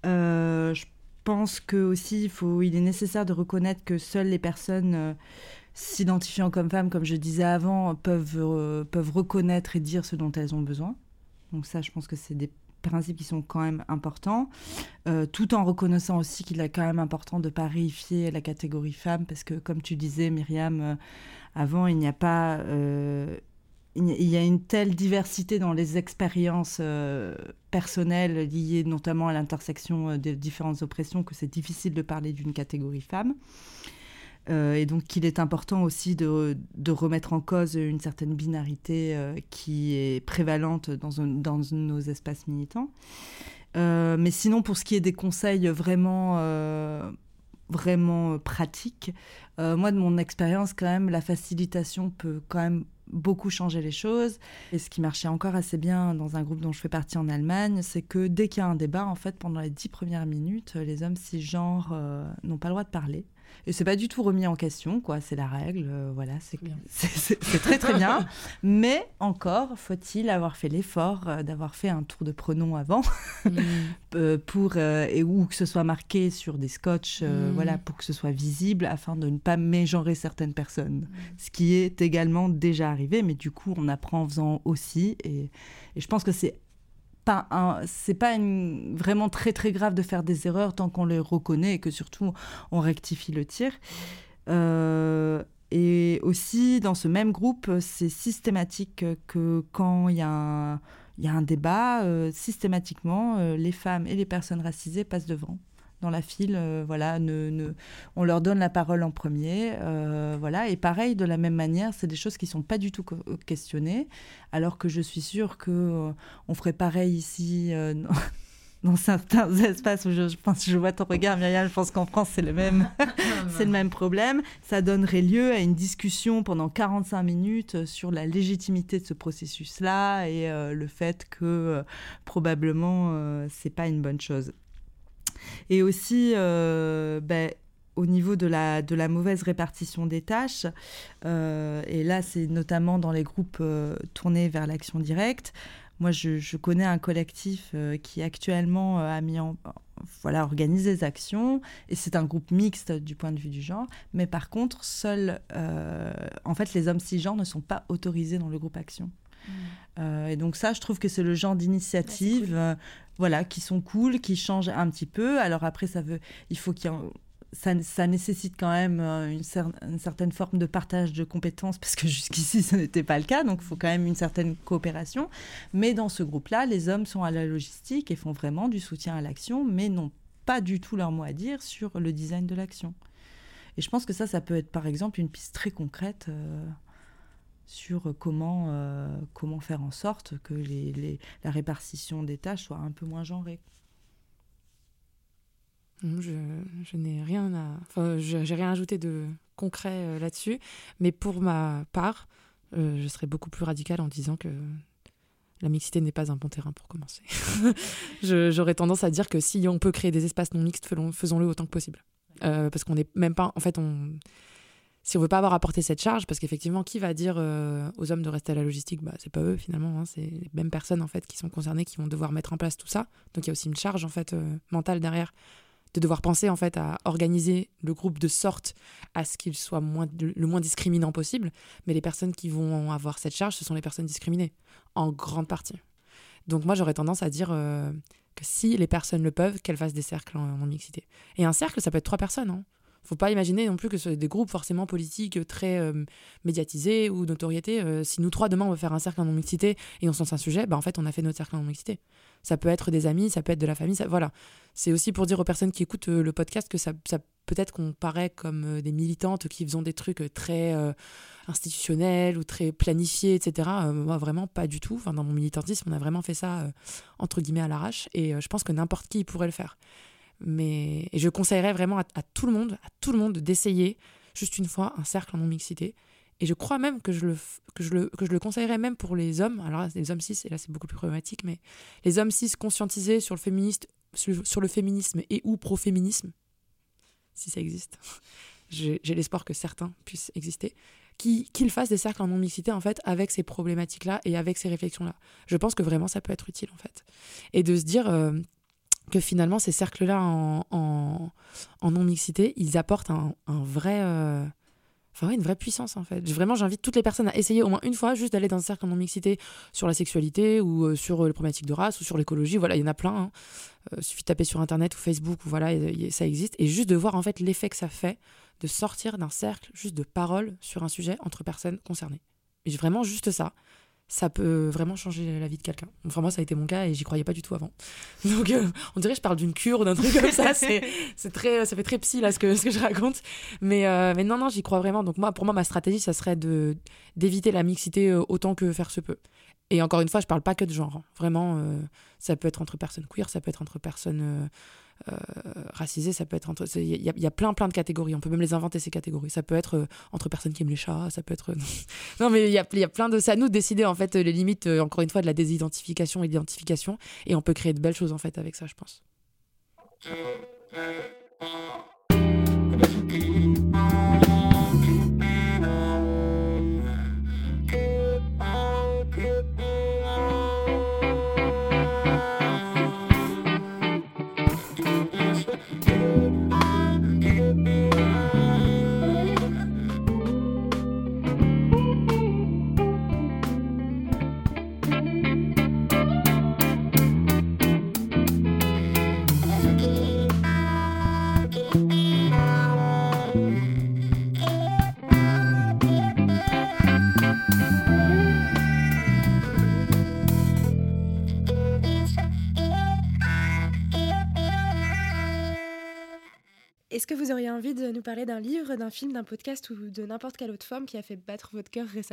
Euh, je pense que aussi, il faut, il est nécessaire de reconnaître que seules les personnes euh, s'identifiant comme femmes, comme je disais avant, peuvent, euh, peuvent reconnaître et dire ce dont elles ont besoin. Donc ça, je pense que c'est des principes qui sont quand même importants, euh, tout en reconnaissant aussi qu'il est quand même important de ne pas réifier la catégorie femme, parce que comme tu disais, Myriam, euh, avant, il n'y a pas... Euh, il y a une telle diversité dans les expériences euh, personnelles liées notamment à l'intersection des différentes oppressions que c'est difficile de parler d'une catégorie femme. Euh, et donc qu'il est important aussi de, de remettre en cause une certaine binarité euh, qui est prévalente dans, un, dans nos espaces militants. Euh, mais sinon, pour ce qui est des conseils vraiment, euh, vraiment pratiques, euh, moi, de mon expérience, quand même, la facilitation peut quand même beaucoup changer les choses. Et ce qui marchait encore assez bien dans un groupe dont je fais partie en Allemagne, c'est que dès qu'il y a un débat, en fait, pendant les dix premières minutes, les hommes cisgenres euh, n'ont pas le droit de parler. Et c'est pas du tout remis en question, quoi. C'est la règle, euh, voilà, c'est, c'est, c'est, c'est très très bien. Mais encore, faut-il avoir fait l'effort euh, d'avoir fait un tour de pronom avant, mmh. euh, pour euh, et ou que ce soit marqué sur des scotch, euh, mmh. voilà, pour que ce soit visible, afin de ne pas mégenrer certaines personnes. Mmh. Ce qui est également déjà arrivé, mais du coup, on apprend en faisant aussi. Et, et je pense que c'est Pas un, c'est pas une, vraiment très très grave de faire des erreurs tant qu'on les reconnaît et que surtout on rectifie le tir. Euh, et aussi dans ce même groupe, c'est systématique que quand il y a un, il y a un débat, euh, systématiquement euh, les femmes et les personnes racisées passent devant dans la file, euh, voilà, ne, ne, on leur donne la parole en premier, euh, voilà, et pareil, de la même manière, c'est des choses qui ne sont pas du tout co- questionnées, alors que je suis sûre qu'on euh, ferait pareil ici, euh, dans, dans certains espaces où je, je pense, je vois ton regard, Myriam, je pense qu'en France, c'est le même, c'est le même problème. Ça donnerait lieu à une discussion pendant quarante-cinq minutes sur la légitimité de ce processus-là et euh, le fait que euh, probablement, euh, ce n'est pas une bonne chose. Et aussi, euh, ben, au niveau de la, de la mauvaise répartition des tâches, euh, et là, c'est notamment dans les groupes euh, tournés vers l'action directe. Moi, je, je connais un collectif euh, qui actuellement euh, a mis en, voilà, organise des actions, et c'est un groupe mixte du point de vue du genre, mais par contre, seuls, euh, en fait, les hommes cisgenres ne sont pas autorisés dans le groupe action. Mmh. Euh, et donc ça, je trouve que c'est le genre d'initiative, ouais, cool. euh, voilà, qui sont cool, qui changent un petit peu. Alors après, ça veut, il faut qu'il y ait, ça, ça nécessite quand même une, cer- une certaine forme de partage de compétences, parce que jusqu'ici, ce n'était pas le cas. Donc, il faut quand même une certaine coopération. Mais dans ce groupe-là, les hommes sont à la logistique et font vraiment du soutien à l'action, mais n'ont pas du tout leur mot à dire sur le design de l'action. Et je pense que ça, ça peut être, par exemple, une piste très concrète euh, sur comment, euh, comment faire en sorte que les, les, la répartition des tâches soit un peu moins genrée. Je, je n'ai rien à, enfin, je, j'ai rien ajouté de concret euh, là-dessus, mais pour ma part, euh, je serais beaucoup plus radicale en disant que la mixité n'est pas un bon terrain pour commencer. je, j'aurais tendance à dire que si on peut créer des espaces non mixtes, faisons-le autant que possible. Euh, parce qu'on n'est même pas, en fait, on... si on veut pas avoir à porter cette charge, parce qu'effectivement, qui va dire euh, aux hommes de rester à la logistique, bah, c'est pas eux finalement, hein, c'est les mêmes personnes en fait qui sont concernées, qui vont devoir mettre en place tout ça. Donc il y a aussi une charge en fait euh, mentale derrière, de devoir penser en fait à organiser le groupe de sorte à ce qu'il soit moins, le moins discriminant possible. Mais les personnes qui vont avoir cette charge, ce sont les personnes discriminées, en grande partie. Donc moi, j'aurais tendance à dire euh, que si les personnes le peuvent, qu'elles fassent des cercles en, en mixité. Et un cercle, ça peut être trois personnes, hein. Faut pas imaginer non plus que ce soit des groupes forcément politiques très euh, médiatisés ou notoriété. Euh, si nous trois, demain, on veut faire un cercle en non-mixité et on se lance un sujet, bah, en fait, on a fait notre cercle en non-mixité. Ça peut être des amis, ça peut être de la famille. Ça, voilà. C'est aussi pour dire aux personnes qui écoutent euh, le podcast que ça, ça peut-être qu'on paraît comme euh, des militantes qui faisons des trucs très euh, institutionnels ou très planifiés, et cetera. Euh, moi, vraiment, pas du tout. Enfin, dans mon militantisme, on a vraiment fait ça, euh, entre guillemets, à l'arrache. Et euh, je pense que n'importe qui pourrait le faire. Mais et je conseillerais vraiment à, à tout le monde, à tout le monde d'essayer juste une fois un cercle en non-mixité. Et je crois même que je le que je le que je le conseillerais même pour les hommes. Alors là, les hommes cis, et là c'est beaucoup plus problématique, mais les hommes cis conscientisés sur le féministe, sur, sur le féminisme et ou pro-féminisme, si ça existe. J'ai, j'ai l'espoir que certains puissent exister, qui qu'ils fassent des cercles en non-mixité en fait avec ces problématiques-là et avec ces réflexions-là. Je pense que vraiment ça peut être utile en fait, et de se dire euh, que finalement, ces cercles-là en, en, en non-mixité, ils apportent un, un vrai, euh, Enfin, ouais, une vraie puissance, en fait. Vraiment, j'invite toutes les personnes à essayer au moins une fois juste d'aller dans un cercle en non-mixité sur la sexualité ou euh, sur euh, les problématiques de race ou sur l'écologie. Voilà, il y en a plein. Hein. Euh, suffit de taper sur Internet ou Facebook, ou voilà, et, et, ça existe. Et juste de voir, en fait, l'effet que ça fait de sortir d'un cercle juste de parole sur un sujet entre personnes concernées. Et vraiment, juste ça. Ça peut vraiment changer la vie de quelqu'un. Enfin, moi, ça a été mon cas et j'y croyais pas du tout avant. Donc, euh, on dirait que je parle d'une cure ou d'un truc comme ça. C'est, c'est très, ça fait très psy, là, ce que, ce que je raconte. Mais, euh, mais non, non, j'y crois vraiment. Donc, moi, pour moi, ma stratégie, ça serait de, d'éviter la mixité autant que faire se peut. Et encore une fois, je parle pas que de genre. Vraiment, euh, ça peut être entre personnes queer, ça peut être entre personnes euh, euh, racisées, ça peut être entre... Il y, y a plein, plein de catégories. On peut même les inventer, ces catégories. Ça peut être euh, entre personnes qui aiment les chats, ça peut être... non, mais il y a, y a plein de... C'est à nous de décider, en fait, les limites, euh, encore une fois, de la désidentification et l'identification. Et on peut créer de belles choses, en fait, avec ça, je pense. Est-ce que vous auriez envie de nous parler d'un livre, d'un film, d'un podcast ou de n'importe quelle autre forme qui a fait battre votre cœur récemment ?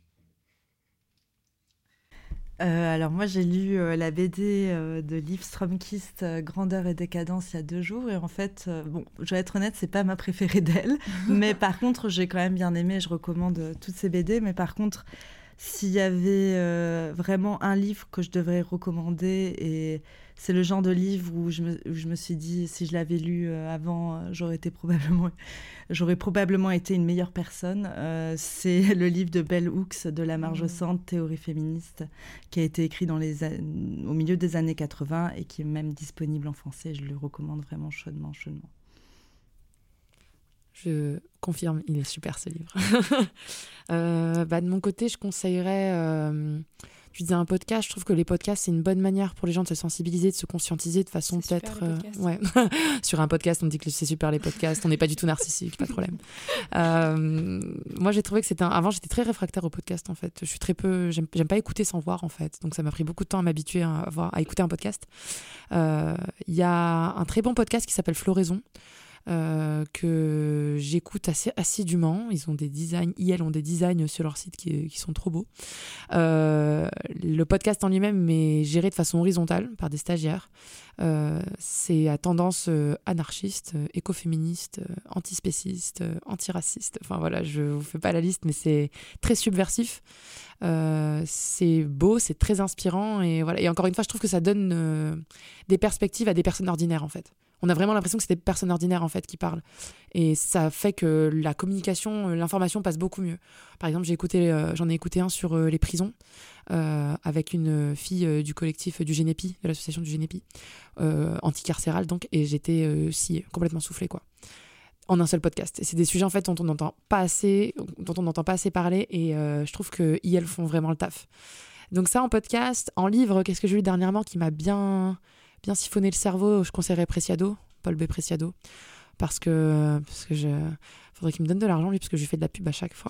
Euh, alors moi j'ai lu euh, la B D euh, de Liv Strömquist, euh, Grandeur et décadence, il y a deux jours et en fait, euh, bon, je vais être honnête, c'est pas ma préférée d'elle, mais par contre j'ai quand même bien aimé, je recommande euh, toutes ces B D, mais par contre s'il y avait euh, vraiment un livre que je devrais recommander, et c'est le genre de livre où je me, où je me suis dit, si je l'avais lu euh, avant, euh, j'aurais été probablement, j'aurais probablement été une meilleure personne. Euh, c'est le livre de Bell Hooks, De la marge au centre, théorie féministe, qui a été écrit dans les, au milieu des années quatre-vingts et qui est même disponible en français. Je le recommande vraiment chaudement, chaudement. Je confirme, il est super ce livre. euh, bah de mon côté, je conseillerais... Euh, tu disais un podcast, je trouve que les podcasts, c'est une bonne manière pour les gens de se sensibiliser, de se conscientiser de façon c'est peut-être... Super, euh, ouais. Sur un podcast, on dit que c'est super les podcasts, on n'est pas du tout narcissique, pas de problème. Euh, moi, j'ai trouvé que c'était... Un... Avant, j'étais très réfractaire au podcast, en fait. Je suis très peu... J'aime, j'aime pas écouter sans voir, en fait. Donc, ça m'a pris beaucoup de temps à m'habituer à, voir... à écouter un podcast. Il euh, y a un très bon podcast qui s'appelle Floraison, Euh, que j'écoute assez assidûment. Ils ont des designs, I L ont des designs sur leur site qui, qui sont trop beaux. Euh, le podcast en lui-même est géré de façon horizontale par des stagiaires. Euh, c'est à tendance euh, anarchiste, euh, écoféministe, euh, antispéciste, euh, antiraciste. Enfin voilà, je vous fais pas la liste, mais c'est très subversif. Euh, c'est beau, c'est très inspirant et voilà. Et encore une fois, je trouve que ça donne euh, des perspectives à des personnes ordinaires en fait. On a vraiment l'impression que c'est des personnes ordinaires en fait qui parlent, et ça fait que la communication, l'information passe beaucoup mieux. Par exemple, j'ai écouté, euh, j'en ai écouté un sur euh, les prisons euh, avec une fille euh, du collectif du Génépi, de l'association du Génépi, euh, anticarcérale donc, et j'étais euh, si complètement soufflée quoi. En un seul podcast. Et c'est des sujets en fait dont on n'entend pas assez, dont on n'entend pas assez parler, et euh, je trouve que I L font vraiment le taf. Donc ça en podcast, en livre, qu'est-ce que j'ai lu dernièrement qui m'a bien bien siphonné le cerveau? Je conseillerais Preciado, Paul B. Preciado, parce que parce que je faudrait qu'il me donne de l'argent lui, parce que je lui fais de la pub à chaque fois.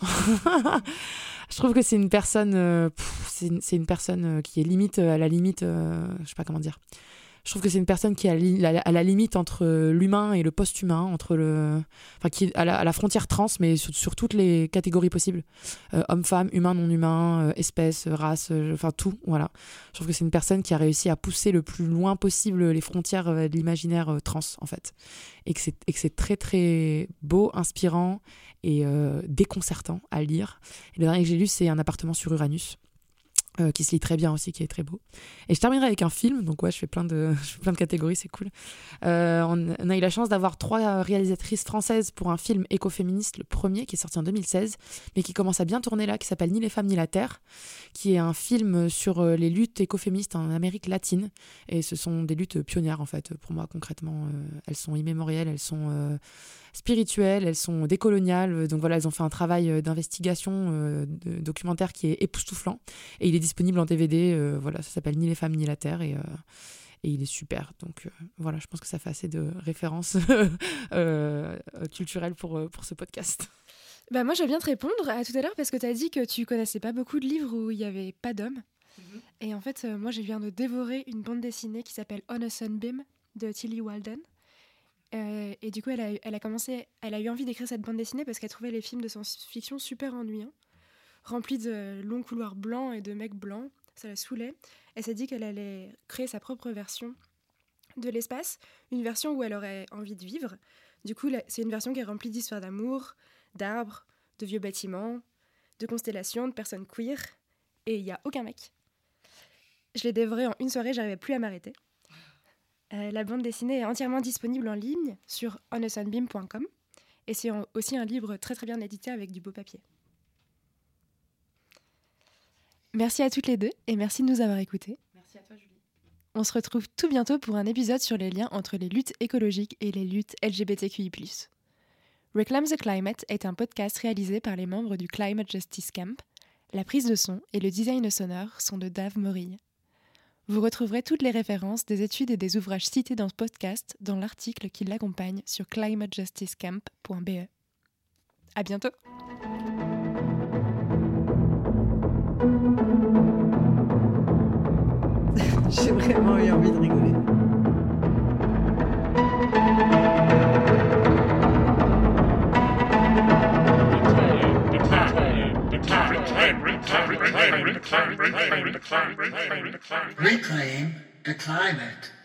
Je trouve que c'est une personne euh, pff, c'est, une, c'est une personne qui est limite à la limite euh, je sais pas comment dire. Je trouve que c'est une personne qui est à la, à la limite entre l'humain et le post-humain, entre le, enfin qui est à la, à la frontière trans, mais sur, sur toutes les catégories possibles, euh, homme-femme, humain, non-humain, euh, espèce, race, euh, enfin tout, voilà. Je trouve que c'est une personne qui a réussi à pousser le plus loin possible les frontières euh, de l'imaginaire euh, trans, en fait, et que c'est, et que c'est très très beau, inspirant et euh, déconcertant à lire. Et le dernier que j'ai lu, c'est Un appartement sur Uranus, Euh, qui se lit très bien aussi, qui est très beau. Et je terminerai avec un film, donc ouais, je fais plein de, je fais plein de catégories, c'est cool. Euh, on, on a eu la chance d'avoir trois réalisatrices françaises pour un film écoféministe, le premier, qui est sorti en deux mille seize, mais qui commence à bien tourner là, qui s'appelle Ni les femmes ni la terre, qui est un film sur les luttes écoféministes en Amérique latine. Et ce sont des luttes pionnières, en fait, pour moi, concrètement. Euh, elles sont immémorielles, elles sont euh, spirituelles, elles sont décoloniales. Donc voilà, elles ont fait un travail d'investigation, euh, de documentaire qui est époustouflant. Et il est disponible en D V D, euh, voilà, ça s'appelle Ni les femmes ni la terre et, euh, et il est super. Donc euh, voilà, je pense que ça fait assez de références euh, culturelles pour, pour ce podcast. Bah moi, je viens te répondre à tout à l'heure parce que tu as dit que tu connaissais pas beaucoup de livres où il n'y avait pas d'hommes. Mm-hmm. Et en fait, euh, moi, je viens de dévorer une bande dessinée qui s'appelle On a Sunbeam de Tillie Walden. Euh, et du coup, elle a, elle, a commencé, elle a eu envie d'écrire cette bande dessinée parce qu'elle trouvait les films de science-fiction super ennuyants, remplis de longs couloirs blancs et de mecs blancs. Ça la saoulait. Elle s'est dit qu'elle allait créer sa propre version de l'espace, une version où elle aurait envie de vivre. Du coup, c'est une version qui est remplie d'histoires d'amour, d'arbres, de vieux bâtiments, de constellations, de personnes queer. Et il n'y a aucun mec. Je l'ai dévoré en une soirée, j'arrivais plus à m'arrêter. Euh, la bande dessinée est entièrement disponible en ligne sur on a sunbeam point com et c'est en, aussi un livre très très bien édité avec du beau papier. Merci à toutes les deux et merci de nous avoir écoutés. Merci à toi, Julie. On se retrouve tout bientôt pour un épisode sur les liens entre les luttes écologiques et les luttes L G B T Q I plus. Reclaim the Climate est un podcast réalisé par les membres du Climate Justice Camp. La prise de son et le design sonore sont de Dave Morille. Vous retrouverez toutes les références des études et des ouvrages cités dans ce podcast dans l'article qui l'accompagne sur climate justice camp point b e. À bientôt! J'ai vraiment eu envie de rigoler. Reclaim the climate.